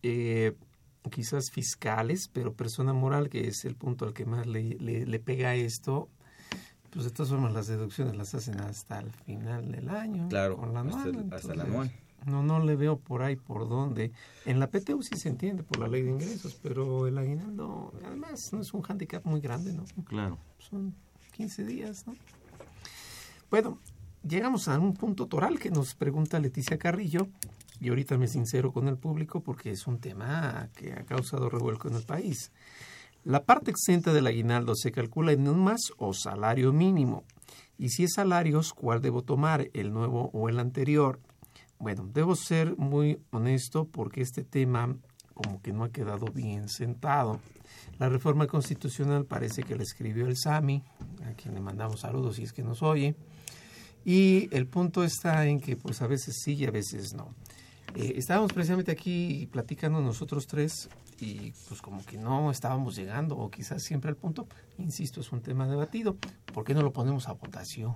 quizás fiscales, pero persona moral, que es el punto al que más le pega a esto. Pues de todas formas las deducciones las hacen hasta el final del año. Claro, con la anual, hasta el anual. No le veo por ahí por dónde. En la PTU sí se entiende por la ley de ingresos, pero el aguinaldo además no es un hándicap muy grande, ¿no? Claro. Son 15 días, ¿no? Bueno, llegamos a un punto toral que nos pregunta Leticia Carrillo, y ahorita me sincero con el público porque es un tema que ha causado revuelo en el país. La parte exenta del aguinaldo se calcula en un más o salario mínimo. Y si es salarios, ¿cuál debo tomar? ¿El nuevo o el anterior? Bueno, debo ser muy honesto porque este tema como que no ha quedado bien sentado. La reforma constitucional parece que la escribió el SAMI, a quien le mandamos saludos si es que nos oye. Y el punto está en que pues a veces sí y a veces no. Estábamos precisamente aquí platicando nosotros tres y pues como que no estábamos llegando, o quizás siempre al punto. Insisto, es un tema debatido. ¿Por qué no lo ponemos a votación?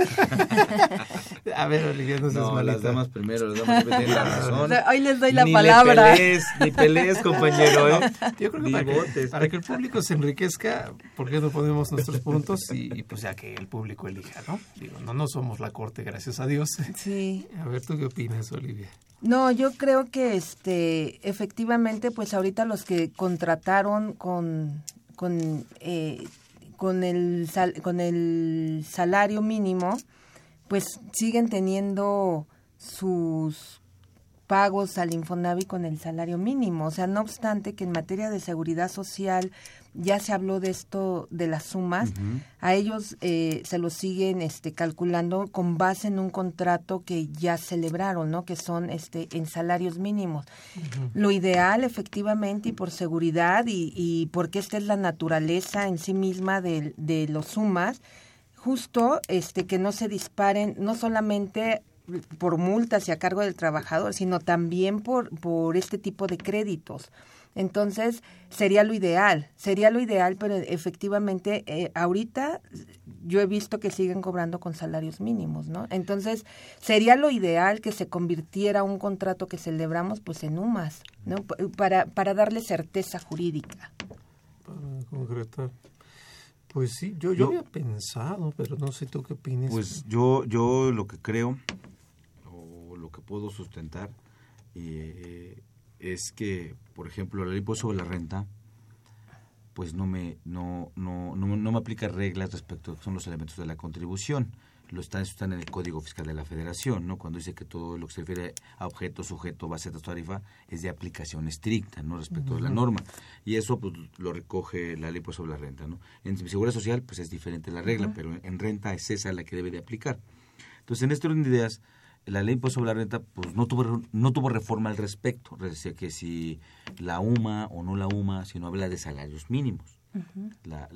A ver, Olivia, no seas malita. Las damas primero, las damas siempre tienen la razón. Hoy les doy la palabra. Ni pelees, compañero. Yo creo que para que el público se enriquezca, ¿por qué no ponemos nuestros puntos? Y pues ya que el público elija, ¿no? Digo, no somos la corte, gracias a Dios. Sí. A ver, ¿tú qué opinas, Olivia? No, yo creo que efectivamente, pues ahorita los que contrataron con el salario mínimo, pues siguen teniendo sus pagos al Infonavit con el salario mínimo. O sea, no obstante que en materia de seguridad social ya se habló de esto, de las sumas, a ellos se lo siguen calculando con base en un contrato que ya celebraron, ¿no? Que son en salarios mínimos. Lo ideal, efectivamente, y por seguridad y porque esta es la naturaleza en sí misma de los sumas, justo que no se disparen, no solamente por multas y a cargo del trabajador, sino también por este tipo de créditos. Entonces, sería lo ideal, pero efectivamente ahorita yo he visto que siguen cobrando con salarios mínimos, ¿no? Entonces, sería lo ideal que se convirtiera un contrato que celebramos pues en UMAS, ¿no? Para darle certeza jurídica. Para concretar. Pues sí, yo había pensado, pero no sé tú qué opinas. Pues yo lo que creo, o lo que puedo sustentar, es que, por ejemplo, la ley sobre la renta, pues no me aplica reglas respecto a son los elementos de la contribución. Están en el Código Fiscal de la Federación, ¿no? Cuando dice que todo lo que se refiere a objeto, sujeto, base de tarifa es de aplicación estricta, ¿no? Respecto de la norma. Y eso pues lo recoge la ley sobre la renta, ¿no? En seguridad social pues es diferente la regla, pero en renta es esa la que debe de aplicar. Entonces, en este orden de ideas, la ley sobre la renta pues no tuvo reforma al respecto. Decía que si la UMA o no la UMA, sino habla de salarios mínimos. De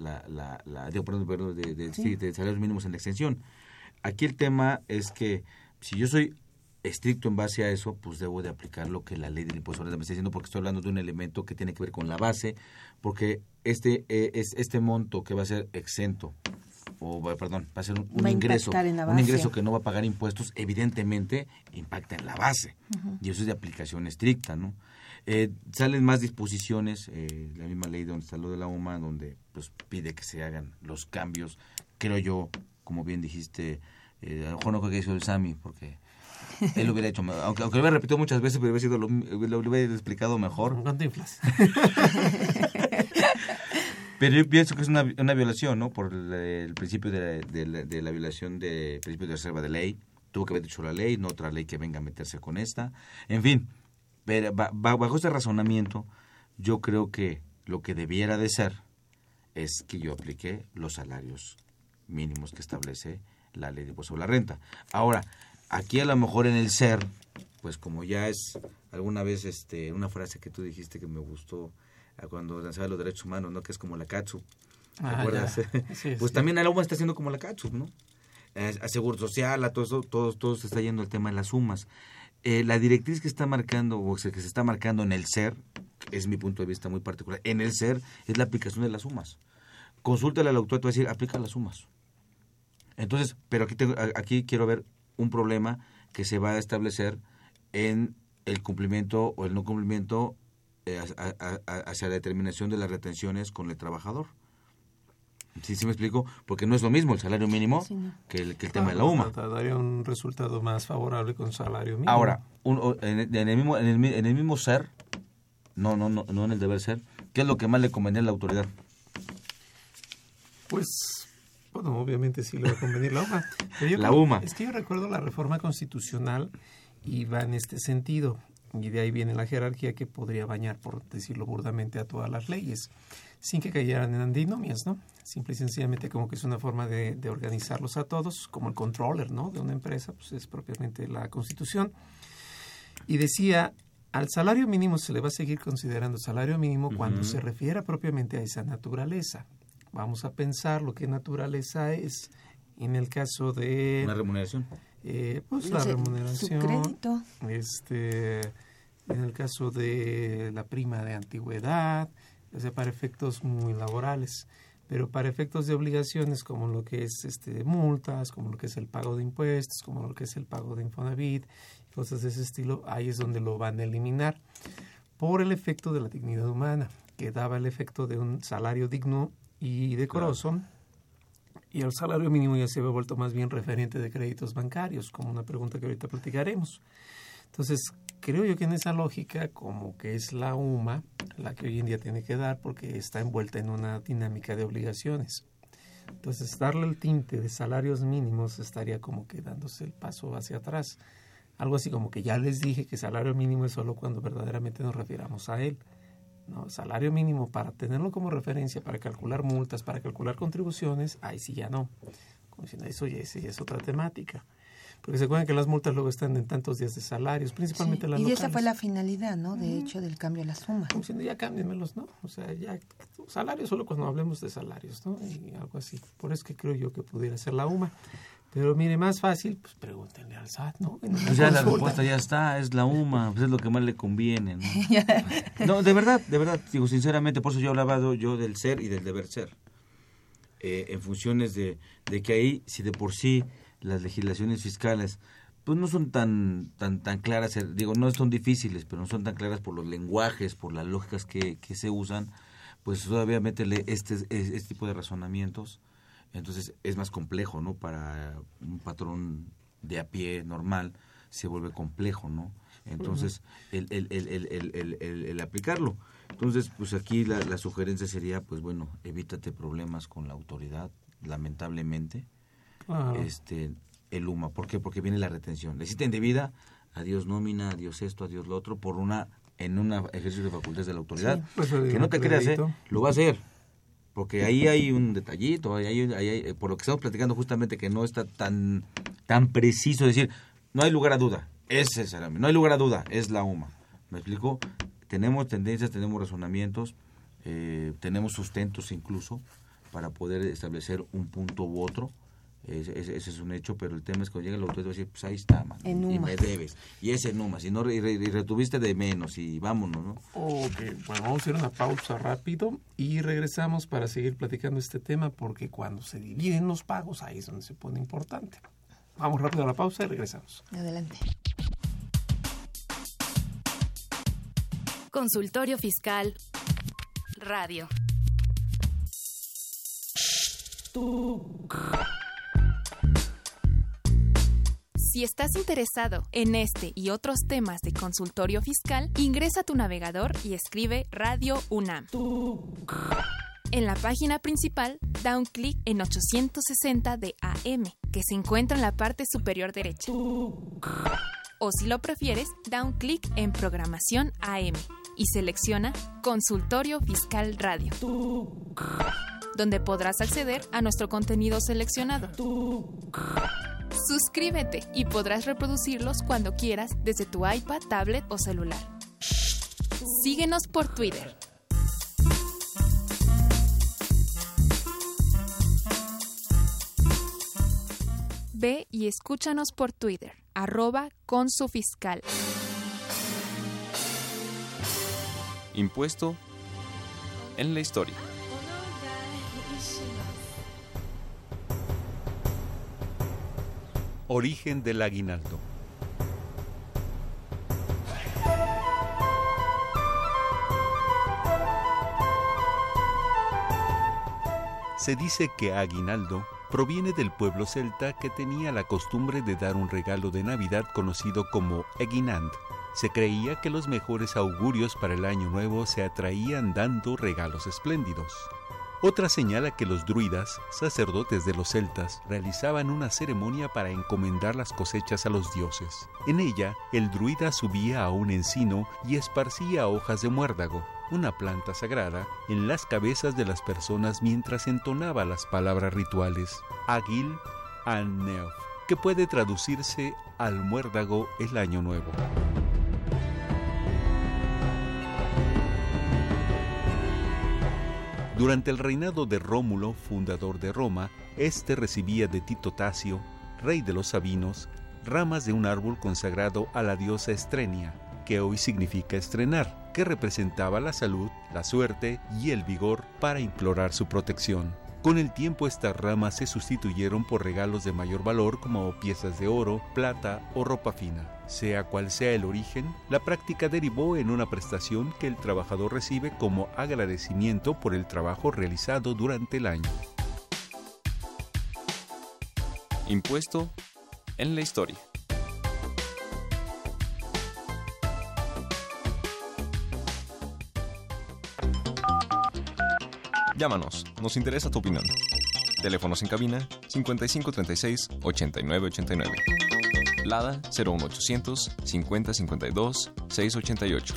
salarios mínimos en la extensión. Aquí el tema es que si yo soy estricto en base a eso, pues debo de aplicar lo que la ley del impuesto sobre la renta me está diciendo, porque estoy hablando de un elemento que tiene que ver con la base, porque este monto que va a ser exento va a ser un Va a ingreso, impactar en la base. un ingreso que no va a pagar impuestos, evidentemente impacta en la base. Y eso es de aplicación estricta, ¿no? Salen más disposiciones, la misma ley donde está lo de la UMA, donde pues pide que se hagan los cambios, creo yo, como bien dijiste, a lo mejor no creo que hizo el Sami, porque él lo hubiera hecho, aunque lo hubiera repetido muchas veces, pero lo hubiera explicado mejor. ¿Cuánto inflas? Pero yo pienso que es una violación, ¿no? Por el principio de la violación del principio de reserva de ley. Tuvo que haber dicho la ley, no otra ley que venga a meterse con esta. En fin, pero bajo este razonamiento, yo creo que lo que debiera de ser es que yo aplique los salarios mínimos que establece la ley de impuesto sobre la renta. Ahora, aquí a lo mejor en el SER, pues como ya es alguna vez una frase que tú dijiste que me gustó cuando lanzaba los derechos humanos, ¿no? Que es como la catsup, ¿te acuerdas? Sí, pues también el UMA está haciendo como la catsup, ¿no? A Seguro Social, a todo eso, todo se está yendo el tema de las sumas. La directriz que está marcando, o sea, que se está marcando en el SER, es mi punto de vista muy particular, en el SER es la aplicación de las sumas. Consúltale al autor, te va a decir, aplica las sumas. Entonces, pero aquí quiero ver un problema que se va a establecer en el cumplimiento o el no cumplimiento hacia la determinación de las retenciones con el trabajador. ¿Sí me explico? Porque no es lo mismo el salario mínimo que el tema de la UMA. Daría un resultado más favorable con salario mínimo. Ahora, en el mismo SER, no en el deber ser, ¿qué es lo que más le convenía a la autoridad? Pues, bueno, obviamente sí le va a convenir la UMA. Pero la UMA. Es que yo recuerdo la reforma constitucional y va en este sentido. Y de ahí viene la jerarquía que podría bañar, por decirlo burdamente, a todas las leyes, sin que cayeran en antinomias, ¿no? Simple y sencillamente como que es una forma de organizarlos a todos, como el controller, ¿no? De una empresa, pues es propiamente la Constitución. Y decía, al salario mínimo se le va a seguir considerando salario mínimo cuando se refiera propiamente a esa naturaleza. Vamos a pensar lo que naturaleza es en el caso de... ¿Una remuneración? Pues la remuneración, su crédito. En el caso de la prima de antigüedad, o sea, para efectos muy laborales, pero para efectos de obligaciones como lo que es multas, como lo que es el pago de impuestos, como lo que es el pago de Infonavit, cosas de ese estilo, ahí es donde lo van a eliminar por el efecto de la dignidad humana, que daba el efecto de un salario digno y decoroso. Claro. Y el salario mínimo ya se había vuelto más bien referente de créditos bancarios, como una pregunta que ahorita platicaremos. Entonces, creo yo que en esa lógica, como que es la UMA la que hoy en día tiene que dar, porque está envuelta en una dinámica de obligaciones. Entonces, darle el tinte de salarios mínimos estaría como que dándose el paso hacia atrás. Algo así como que ya les dije que salario mínimo es solo cuando verdaderamente nos refiramos a él. No, salario mínimo para tenerlo como referencia, para calcular multas, para calcular contribuciones, ahí sí ya no. Como diciendo, eso ya es otra temática. Porque se acuerdan que las multas luego están en tantos días de salarios, principalmente las locales. Y esa fue la finalidad, ¿no? De hecho, del cambio de la suma. Como diciendo, ya cámbienmelos, ¿no? O sea, ya salarios solo cuando hablemos de salarios, ¿no? Y algo así. Por eso es que creo yo que pudiera ser la UMA. Pero mire, más fácil, pues pregúntenle al SAT, ¿no? Pues ya la respuesta ya está, es la UMA, pues es lo que más le conviene, ¿no? No, de verdad, digo sinceramente, por eso yo hablaba yo del ser y del deber ser. En funciones de que ahí, si de por sí las legislaciones fiscales pues no son tan claras, digo, no son difíciles, pero no son tan claras por los lenguajes, por las lógicas que se usan, pues todavía métele este tipo de razonamientos. Entonces es más complejo, ¿no? Para un patrón de a pie normal se vuelve complejo, ¿no? Entonces el aplicarlo. Entonces, pues aquí la sugerencia sería, pues bueno, evítate problemas con la autoridad, lamentablemente. El UMA, ¿por qué? Porque viene la retención. La cita indebida, adiós nómina, adiós esto, adiós lo otro, en un ejercicio de facultades de la autoridad. Sí, pues, que no te creas, lo va a hacer. Porque ahí hay un detallito, hay, por lo que estamos platicando justamente, que no está tan preciso decir, no hay lugar a duda, no hay lugar a duda, es la UMA. ¿Me explico? Tenemos tendencias, tenemos razonamientos, tenemos sustentos incluso para poder establecer un punto u otro Ese es un hecho, pero el tema es que cuando llega la autoridad va a decir, pues ahí está, man, y me debes. Y ese Numa, si no, y retuviste de menos, y vámonos, ¿no? Ok, bueno, vamos a hacer una pausa rápido y regresamos para seguir platicando este tema, porque cuando se dividen los pagos, ahí es donde se pone importante. Vamos rápido a la pausa y regresamos. Adelante. Consultorio Fiscal Radio. Si estás interesado en este y otros temas de consultorio fiscal, ingresa a tu navegador y escribe Radio UNAM. En la página principal, da un clic en 860 de AM, que se encuentra en la parte superior derecha. O si lo prefieres, da un clic en Programación AM y selecciona Consultorio Fiscal Radio, donde podrás acceder a nuestro contenido seleccionado. Suscríbete y podrás reproducirlos cuando quieras desde tu iPad, tablet o celular. Síguenos por Twitter. Ve y escúchanos por Twitter, @consufiscal. Impuesto en la historia. Origen del aguinaldo. Se dice que aguinaldo proviene del pueblo celta que tenía la costumbre de dar un regalo de Navidad conocido como eguinand. Se creía que los mejores augurios para el año nuevo se atraían dando regalos espléndidos. Otra señala que los druidas, sacerdotes de los celtas, realizaban una ceremonia para encomendar las cosechas a los dioses. En ella, el druida subía a un encino y esparcía hojas de muérdago, una planta sagrada, en las cabezas de las personas mientras entonaba las palabras rituales Agil an Neuf, que puede traducirse al muérdago el año nuevo. Durante el reinado de Rómulo, fundador de Roma, este recibía de Tito Tasio, rey de los Sabinos, ramas de un árbol consagrado a la diosa Estrenia, que hoy significa estrenar, que representaba la salud, la suerte y el vigor para implorar su protección. Con el tiempo estas ramas se sustituyeron por regalos de mayor valor como piezas de oro, plata o ropa fina. Sea cual sea el origen, la práctica derivó en una prestación que el trabajador recibe como agradecimiento por el trabajo realizado durante el año. Impuesto en la historia. Llámanos, nos interesa tu opinión. Teléfonos en cabina 5536-8989. Lada 01800 5052 688.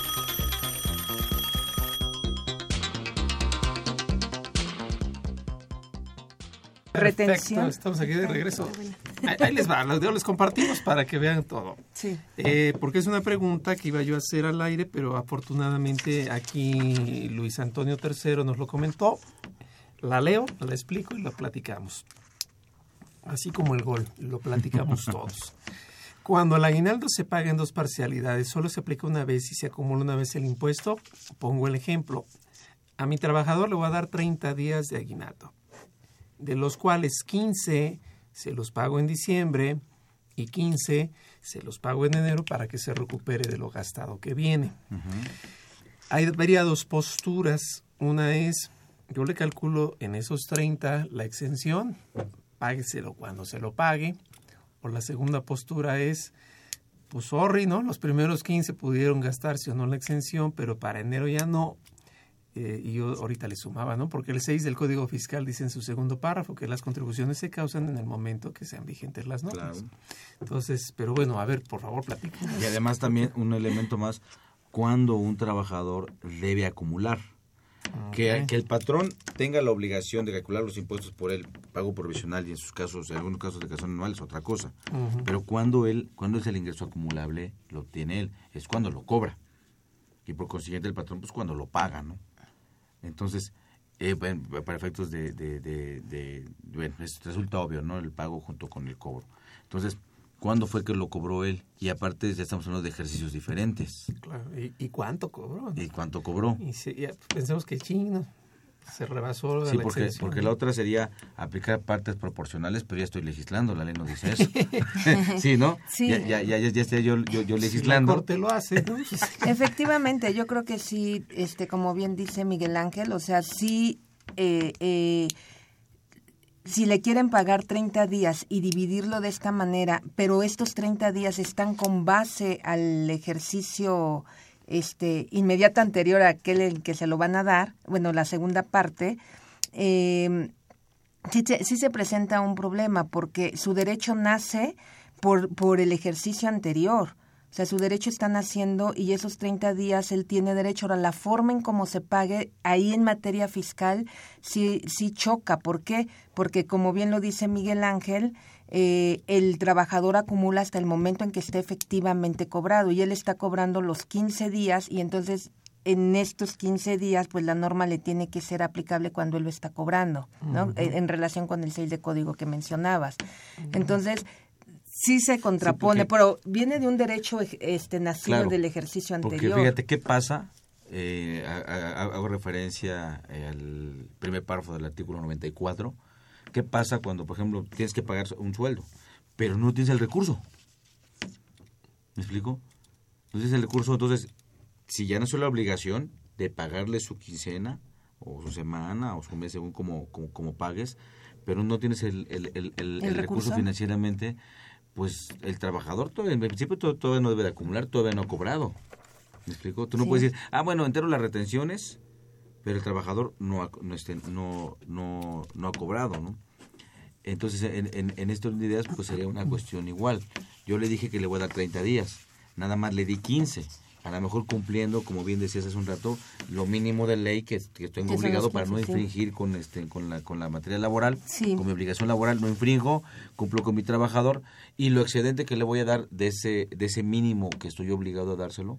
Perfecto, estamos aquí de regreso. Ahí les va, les compartimos para que vean todo. Sí. Porque es una pregunta que iba yo a hacer al aire, pero afortunadamente aquí Luis Antonio III nos lo comentó. La leo, la explico y lo platicamos. Así como el gol, lo platicamos todos. Cuando el aguinaldo se paga en dos parcialidades, solo se aplica una vez y se acumula una vez el impuesto. Pongo el ejemplo. A mi trabajador le voy a dar 30 días de aguinaldo, de los cuales 15 se los pago en diciembre y 15 se los pago en enero para que se recupere de lo gastado que viene. Hay varias posturas. Una es, yo le calculo en esos 30 la exención, págueselo cuando se lo pague. O la segunda postura es, pues sorry, ¿no? Los primeros 15 pudieron gastarse o no la exención, pero para enero ya no. Y yo ahorita le sumaba, ¿no? Porque el 6 del Código Fiscal dice en su segundo párrafo que las contribuciones se causan en el momento que sean vigentes las normas. Claro. Entonces, pero bueno, a ver, por favor, platíquenos. Y además también un elemento más, cuando un trabajador debe acumular. Okay. Que el patrón tenga la obligación de calcular los impuestos por el pago provisional y en sus casos, en algunos casos de declaración anual es otra cosa. Pero cuando es el ingreso acumulable, lo obtiene él, es cuando lo cobra. Y por consiguiente el patrón, pues cuando lo paga, ¿no? Entonces, Para efectos bueno, resulta obvio, ¿no? El pago junto con el cobro. Entonces, ¿cuándo fue que lo cobró él? Y aparte ya estamos hablando de ejercicios diferentes. Claro. ¿Y cuánto cobró? ¿Y cuánto cobró? Ya pensemos que se rebasó sí, la exención. porque la otra sería aplicar partes proporcionales, pero ya estoy legislando, la ley no dice eso. Sí, ¿no? Sí. Ya estoy yo legislando. Si la Corte lo hace, ¿no? Efectivamente, yo creo que sí, como bien dice Miguel Ángel, o sea, sí, si le quieren pagar 30 días y dividirlo de esta manera, pero estos 30 días están con base al ejercicio inmediato anterior a aquel en que se lo van a dar, bueno, la segunda parte, sí se presenta un problema porque su derecho nace por el ejercicio anterior. O sea, su derecho está naciendo y esos 30 días él tiene derecho. Ahora, la forma en cómo se pague, ahí en materia fiscal sí choca. ¿Por qué? Porque, como bien lo dice Miguel Ángel, el trabajador acumula hasta el momento en que esté efectivamente cobrado y él está cobrando los 15 días y entonces en estos 15 días pues la norma le tiene que ser aplicable cuando él lo está cobrando, ¿no? Uh-huh. En relación con el 6 de código que mencionabas. Uh-huh. Entonces, sí se contrapone, pero viene de un derecho nacido claro, del ejercicio anterior. Porque fíjate, ¿qué pasa? Hago referencia al primer párrafo del artículo 94. ¿Qué pasa cuando, por ejemplo, tienes que pagar un sueldo, pero no tienes el recurso? ¿Me explico? No tienes el recurso, entonces, si ya nació la obligación de pagarle su quincena, o su semana, o su mes, según como pagues, pero no tienes el recurso financieramente, pues el trabajador todavía, en principio todavía no debe de acumular, todavía no ha cobrado. ¿Me explico? Tú no puedes decir, bueno, entero las retenciones, pero el trabajador no ha cobrado, ¿no? Entonces, en estas ideas, pues sería una cuestión igual. Yo le dije que le voy a dar 30 días, nada más le di 15, a lo mejor cumpliendo, como bien decías hace un rato, lo mínimo de ley que estoy obligado para no infringir con la materia laboral, con mi obligación laboral, no infringo, cumplo con mi trabajador, y lo excedente que le voy a dar de ese mínimo que estoy obligado a dárselo,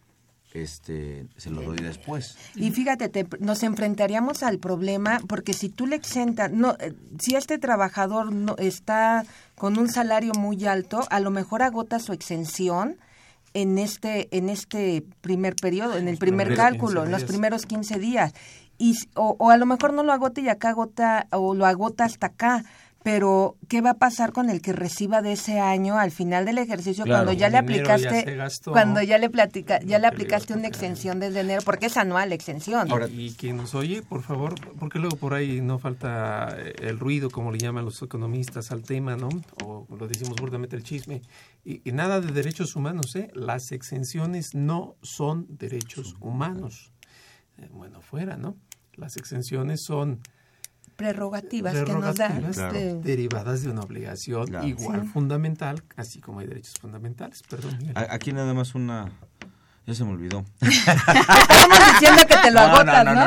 se lo doy después. Y fíjate, nos enfrentaríamos al problema porque si tú le exentas, si este trabajador no está con un salario muy alto, a lo mejor agota su exención en este primer periodo, en el primer cálculo, en los primeros 15 días. O a lo mejor no lo agota y acá agota, o lo agota hasta acá. Pero, ¿qué va a pasar con el que reciba de ese año al final del ejercicio cuando ya le aplicaste, ya le aplicaste una exención desde enero? Porque es anual la exención. Ahora, y quien nos oye, por favor, porque luego por ahí no falta el ruido, como le llaman los economistas al tema, ¿no? O lo decimos burdamente, el chisme. Y nada de derechos humanos, ¿eh? Las exenciones no son derechos humanos. Bueno, fuera, ¿no? Las exenciones son prerrogativas que nos dan derivadas de una obligación igual fundamental, así como hay derechos fundamentales. Perdón, Miguel. Aquí nada más ya se me olvidó. Estamos diciendo que te lo agotas, ¿no?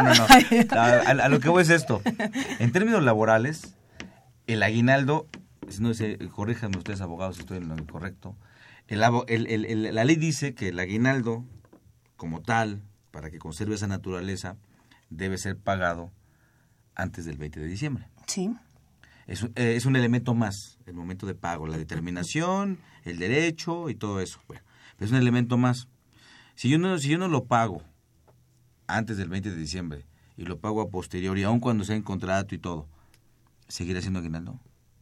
A lo que voy es esto. En términos laborales, el aguinaldo, no sé, corríjanme ustedes abogados si estoy en lo incorrecto, la ley dice que el aguinaldo como tal, para que conserve esa naturaleza, debe ser pagado antes del 20 de diciembre. Sí. Es un elemento más, el momento de pago, la determinación, el derecho y todo eso. Bueno, es un elemento más. Si yo no lo pago antes del 20 de diciembre y lo pago a posteriori, aun cuando sea en contrato y todo, ¿seguirá siendo aguinaldo?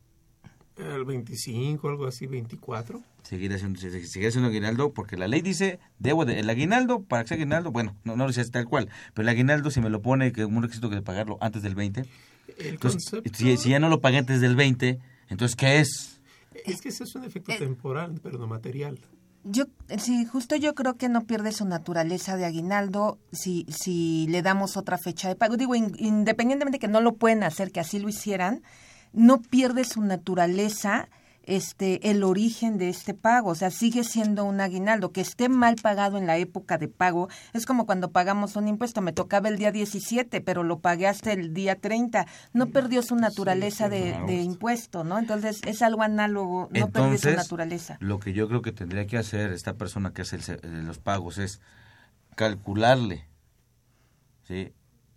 El 25, algo así, 24. Seguirá siendo aguinaldo porque la ley dice, el aguinaldo, para que sea aguinaldo, bueno, no lo dice tal cual, pero el aguinaldo si me lo pone como un requisito que pagarlo antes del 20, entonces, si ya no lo pagué antes del 20, entonces ¿qué es? Es que ese es un efecto temporal, pero no material. Justo yo creo que no pierde su naturaleza de aguinaldo si le damos otra fecha de pago. Digo, independientemente que no lo pueden hacer, que así lo hicieran, no pierde su naturaleza el origen de este pago. O sea, sigue siendo un aguinaldo. Que esté mal pagado en la época de pago es como cuando pagamos un impuesto. Me tocaba el día 17, pero lo pagué hasta el día 30. No perdió su naturaleza de impuesto, ¿no? Entonces, es algo análogo. No perdió su naturaleza. Lo que yo creo que tendría que hacer esta persona que hace los pagos es calcularle, ¿sí?,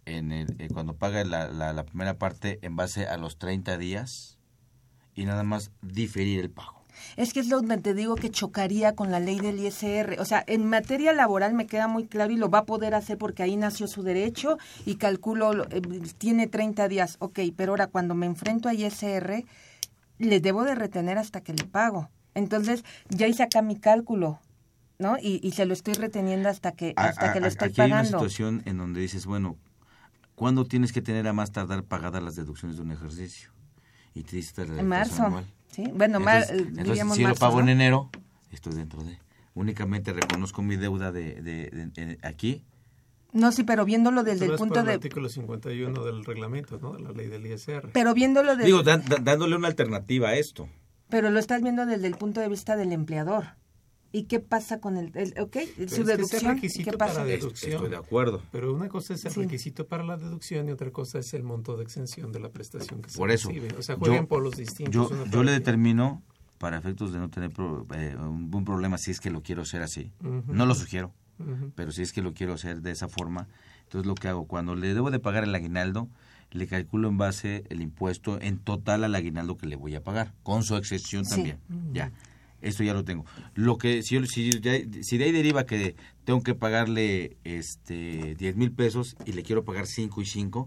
cuando paga la primera parte en base a los 30 días y nada más diferir el pago. Es que es donde te digo que chocaría con la ley del ISR. O sea, en materia laboral me queda muy claro y lo va a poder hacer porque ahí nació su derecho y calculo, tiene 30 días. Ok, pero ahora cuando me enfrento a ISR, le debo de retener hasta que le pago. Entonces, ya hice acá mi cálculo, ¿no? Y se lo estoy reteniendo hasta que lo estoy aquí pagando. Hay una situación en donde dices, bueno, ¿cuándo tienes que tener a más tardar pagadas las deducciones de un ejercicio? Y te dice en marzo. Anual. Sí, bueno, entonces si lo pago, ¿no?, en enero, estoy dentro de... Únicamente reconozco mi deuda de aquí. No, sí, pero viéndolo desde el punto de... el artículo 51 del reglamento, ¿no?, de la ley del ISR. Pero viéndolo desde... Digo, dándole una alternativa a esto. Pero lo estás viendo desde el punto de vista del empleador. ¿Y qué pasa con su deducción? ¿Qué pasa? Estoy de acuerdo. Pero una cosa es el requisito para la deducción y otra cosa es el monto de exención de la prestación que por se eso, recibe. O sea, juegan por los distintos. Yo le determino, para efectos de no tener un problema, si es que lo quiero hacer así. No lo sugiero, pero si es que lo quiero hacer de esa forma, entonces lo que hago, cuando le debo de pagar el aguinaldo, le calculo en base el impuesto en total al aguinaldo que le voy a pagar, con su exención también. Ya. Esto ya lo tengo. Lo que si de ahí deriva que tengo que pagarle 10,000 pesos y le quiero pagar 5 y 5,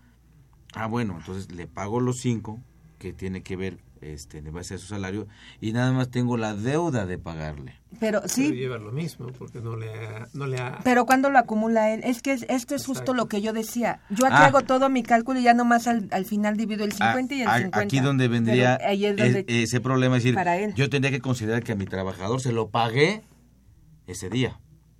bueno, entonces le pago los 5 que tiene que ver en base a su salario y nada más tengo la deuda de pagarle. Pero sí. Pero lleva lo mismo porque no le ha... Pero cuando lo acumula él, es que esto es justo lo que yo decía. Yo aquí hago todo mi cálculo y ya nomás al final divido el 50 y el 50. Aquí donde vendría ese problema, es decir, para él. Yo tendría que considerar que a mi trabajador se lo pagué ese día.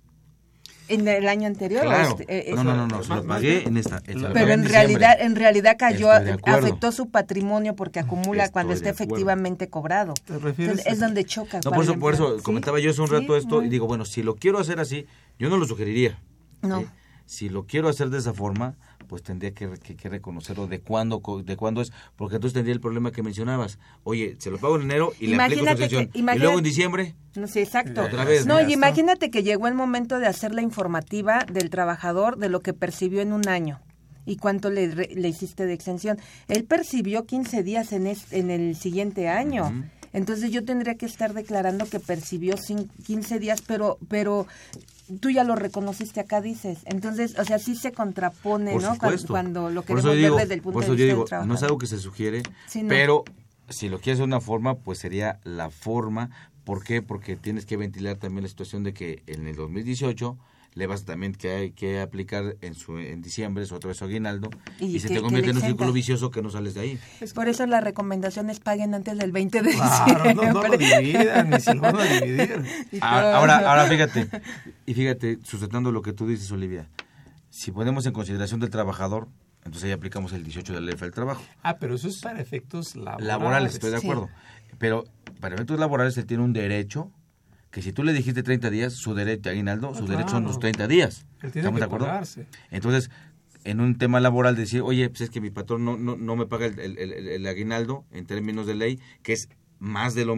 ¿En el año anterior? Claro. No, se lo pagué en esta. Pero en realidad cayó, afectó su patrimonio porque acumula cuando está efectivamente cobrado. Entonces, es donde choca. No, por eso comentaba yo hace un rato esto y digo, bueno, si lo quiero hacer así, yo no lo sugeriría. No. Si lo quiero hacer de esa forma, pues tendría que reconocerlo de cuándo es, porque entonces tendría el problema que mencionabas. Oye, se lo pago en enero y le aplico su exención. Y luego en diciembre... No, sí, exacto. Otra vez. No, y imagínate que llegó el momento de hacer la informativa del trabajador de lo que percibió en un año y cuánto le hiciste de exención. Él percibió 15 días en el siguiente año. Entonces yo tendría que estar declarando que percibió 15 días, pero tú ya lo reconociste acá, dices. Entonces, o sea, sí se contrapone, por ¿no? Supuesto. Cuando lo queremos ver desde el punto de vista del trabajador. No es algo que se sugiere, sí, no. Pero si lo quieres de una forma, pues sería la forma. ¿Por qué? Porque tienes que ventilar también la situación de que en el 2018 le vas también que aplicar en diciembre otra vez su aguinaldo y se te convierte en un círculo vicioso que no sales de ahí. Por eso las recomendaciones paguen antes del 20 de diciembre. Claro, no lo dividan, ni se lo van a dividir. Ahora fíjate, sustentando lo que tú dices, Olivia, si ponemos en consideración del trabajador, entonces ahí aplicamos el 18 de la Ley del Trabajo. Pero eso es para efectos laborales, estoy de acuerdo. Sí. Pero para efectos laborales él tiene un derecho que si tú le dijiste 30 días, su derecho aguinaldo, su derecho son los 30 días. ¿Estamos de acuerdo? Pagarse. Entonces, en un tema laboral decir, oye, pues es que mi patrón no me paga el aguinaldo en términos de ley, que es más de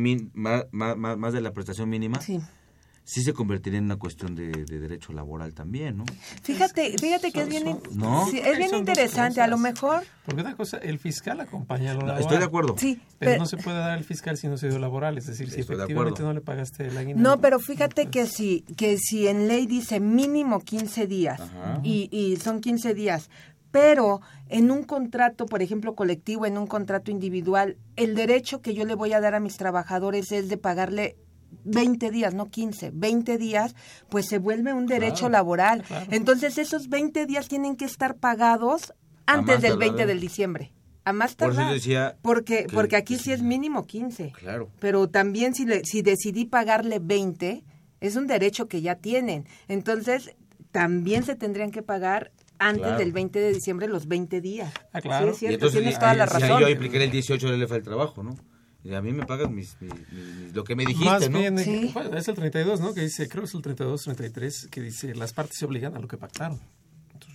más de la prestación mínima. Sí se convertiría en una cuestión de derecho laboral también, ¿no? Fíjate que es bien, es bien interesante, a lo mejor... Porque una cosa, el fiscal acompaña lo laboral. Estoy de acuerdo. Sí, pero no se puede dar al fiscal si no se dio laboral, es decir, si efectivamente no le pagaste el aguinaldo. No, pero fíjate que si en ley dice mínimo 15 días y son 15 días, pero en un contrato, por ejemplo, colectivo, en un contrato individual, el derecho que yo le voy a dar a mis trabajadores es de pagarle 20 días, no 15, 20 días, pues se vuelve un derecho laboral. Claro. Entonces esos 20 días tienen que estar pagados antes del 20 de diciembre. A más tardar. Por eso decía porque aquí sí es mínimo 15. Claro. Pero también si decidí pagarle 20, es un derecho que ya tienen. Entonces también se tendrían que pagar antes del 20 de diciembre los 20 días. Claro. Sí, es cierto, entonces, tienes toda la razón. Yo aplicaré el 18 de la Ley del Trabajo, ¿no? Y a mí me pagas lo que me dijiste, más ¿no? Bien, sí. Bueno, es el 32, ¿no? Que dice, creo que es el 32, 33, que dice, las partes se obligan a lo que pactaron. Entonces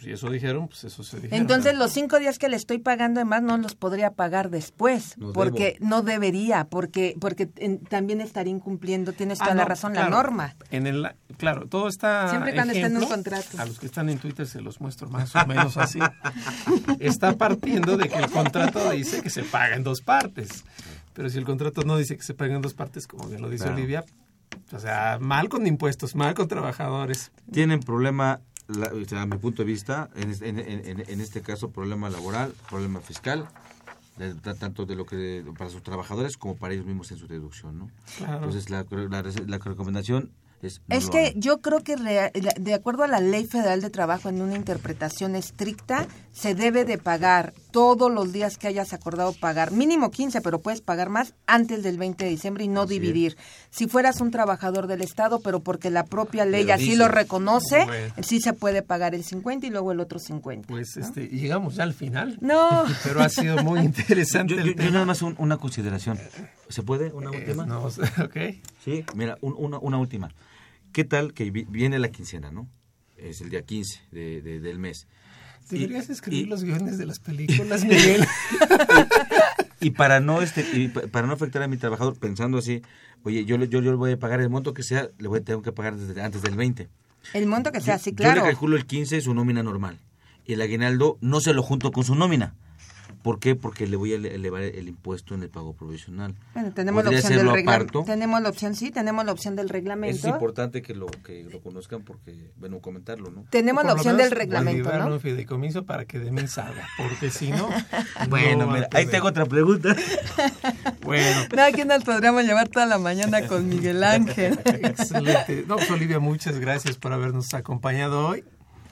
si eso dijeron, pues eso se dijeron. Entonces, los 5 días que le estoy pagando, además, no los podría pagar después, porque no debería, porque también estaría incumpliendo, tienes toda la razón, claro, la norma. Claro, todo está siempre cuando está en un contrato. A los que están en Twitter se los muestro más o menos así. Está partiendo de que el contrato dice que se paga en 2 partes, pero si el contrato no dice que se paga en 2 partes, como bien lo dice Olivia, o sea, mal con impuestos, mal con trabajadores. Tienen problema, a mi punto de vista, en este caso, problema laboral, problema fiscal, tanto de lo que para sus trabajadores como para ellos mismos en su deducción, ¿no? Claro. Entonces, la recomendación es que yo creo que de acuerdo a la Ley Federal de Trabajo, en una interpretación estricta, se debe de pagar todos los días que hayas acordado pagar, mínimo 15, pero puedes pagar más antes del 20 de diciembre y no dividir. Si fueras un trabajador del Estado, pero porque la propia ley así lo reconoce, sí se puede pagar el 50 y luego el otro 50. Pues llegamos ya al final. No. Pero ha sido muy interesante el tema. Yo nada más una consideración. ¿Se puede? ¿Una última? No, ok. Sí, mira, una última. ¿Qué tal que viene la quincena, no? Es el día 15 del mes. Deberías escribir los guiones de las películas, Miguel. Y para no afectar a mi trabajador, pensando así, oye, yo le voy a pagar el monto que sea, tengo que pagar antes del 20. El monto que sea, sí, claro. Yo le calculo el 15 su nómina normal. Y el aguinaldo no se lo junto con su nómina. ¿Por qué? Porque le voy a elevar el impuesto en el pago provisional. Bueno, tenemos la opción del reglamento. Tenemos la opción del reglamento. Es importante que lo conozcan porque, bueno, comentarlo, ¿no? Tenemos la opción del reglamento, ¿no? Un fideicomiso para que de mí salga, porque si no... Bueno, mira, ahí tengo otra pregunta. Bueno. No, aquí nos podríamos llevar toda la mañana con Miguel Ángel. Excelente. No, pues Olivia, muchas gracias por habernos acompañado hoy.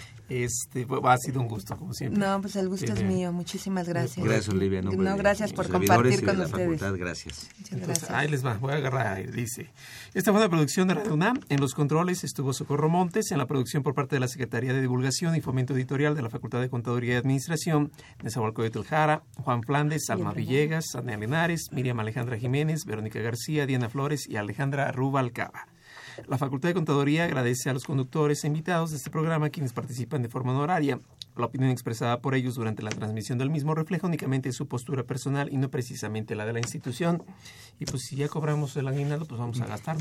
Ha sido un gusto, como siempre. No, pues el gusto es mío. Muchísimas gracias. Gracias, Olivia. Gracias por compartir con ustedes. Gracias. Entonces, ahí les va, voy a agarrar ahí, dice. Esta fue una producción de Radio UNAM. En los controles estuvo Socorro Montes, en la producción por parte de la Secretaría de Divulgación y Fomento Editorial de la Facultad de Contaduría y Administración, Nezahualcóyotl Jara, Juan Flandes, Alma Villegas, Ana Lenares, Miriam Alejandra Jiménez, Verónica García, Diana Flores y Alejandra Rubalcaba. La Facultad de Contaduría agradece a los conductores e invitados de este programa quienes participan de forma honoraria. La opinión expresada por ellos durante la transmisión del mismo refleja únicamente su postura personal y no precisamente la de la institución. Y pues si ya cobramos el aguinaldo, pues vamos a gastar.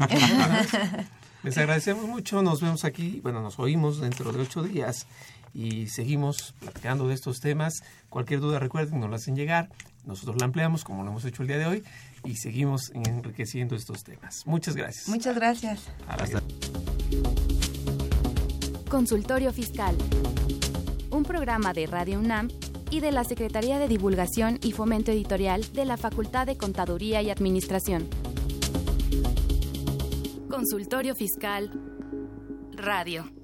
Les agradecemos mucho, nos vemos aquí, nos oímos dentro de 8 días y seguimos platicando de estos temas. Cualquier duda, recuerden, nos la hacen llegar. Nosotros la ampliamos, como lo hemos hecho el día de hoy, y seguimos enriqueciendo estos temas. Muchas gracias. Muchas gracias. Consultorio Fiscal. Un programa de Radio UNAM y de la Secretaría de Divulgación y Fomento Editorial de la Facultad de Contaduría y Administración. Consultorio Fiscal Radio.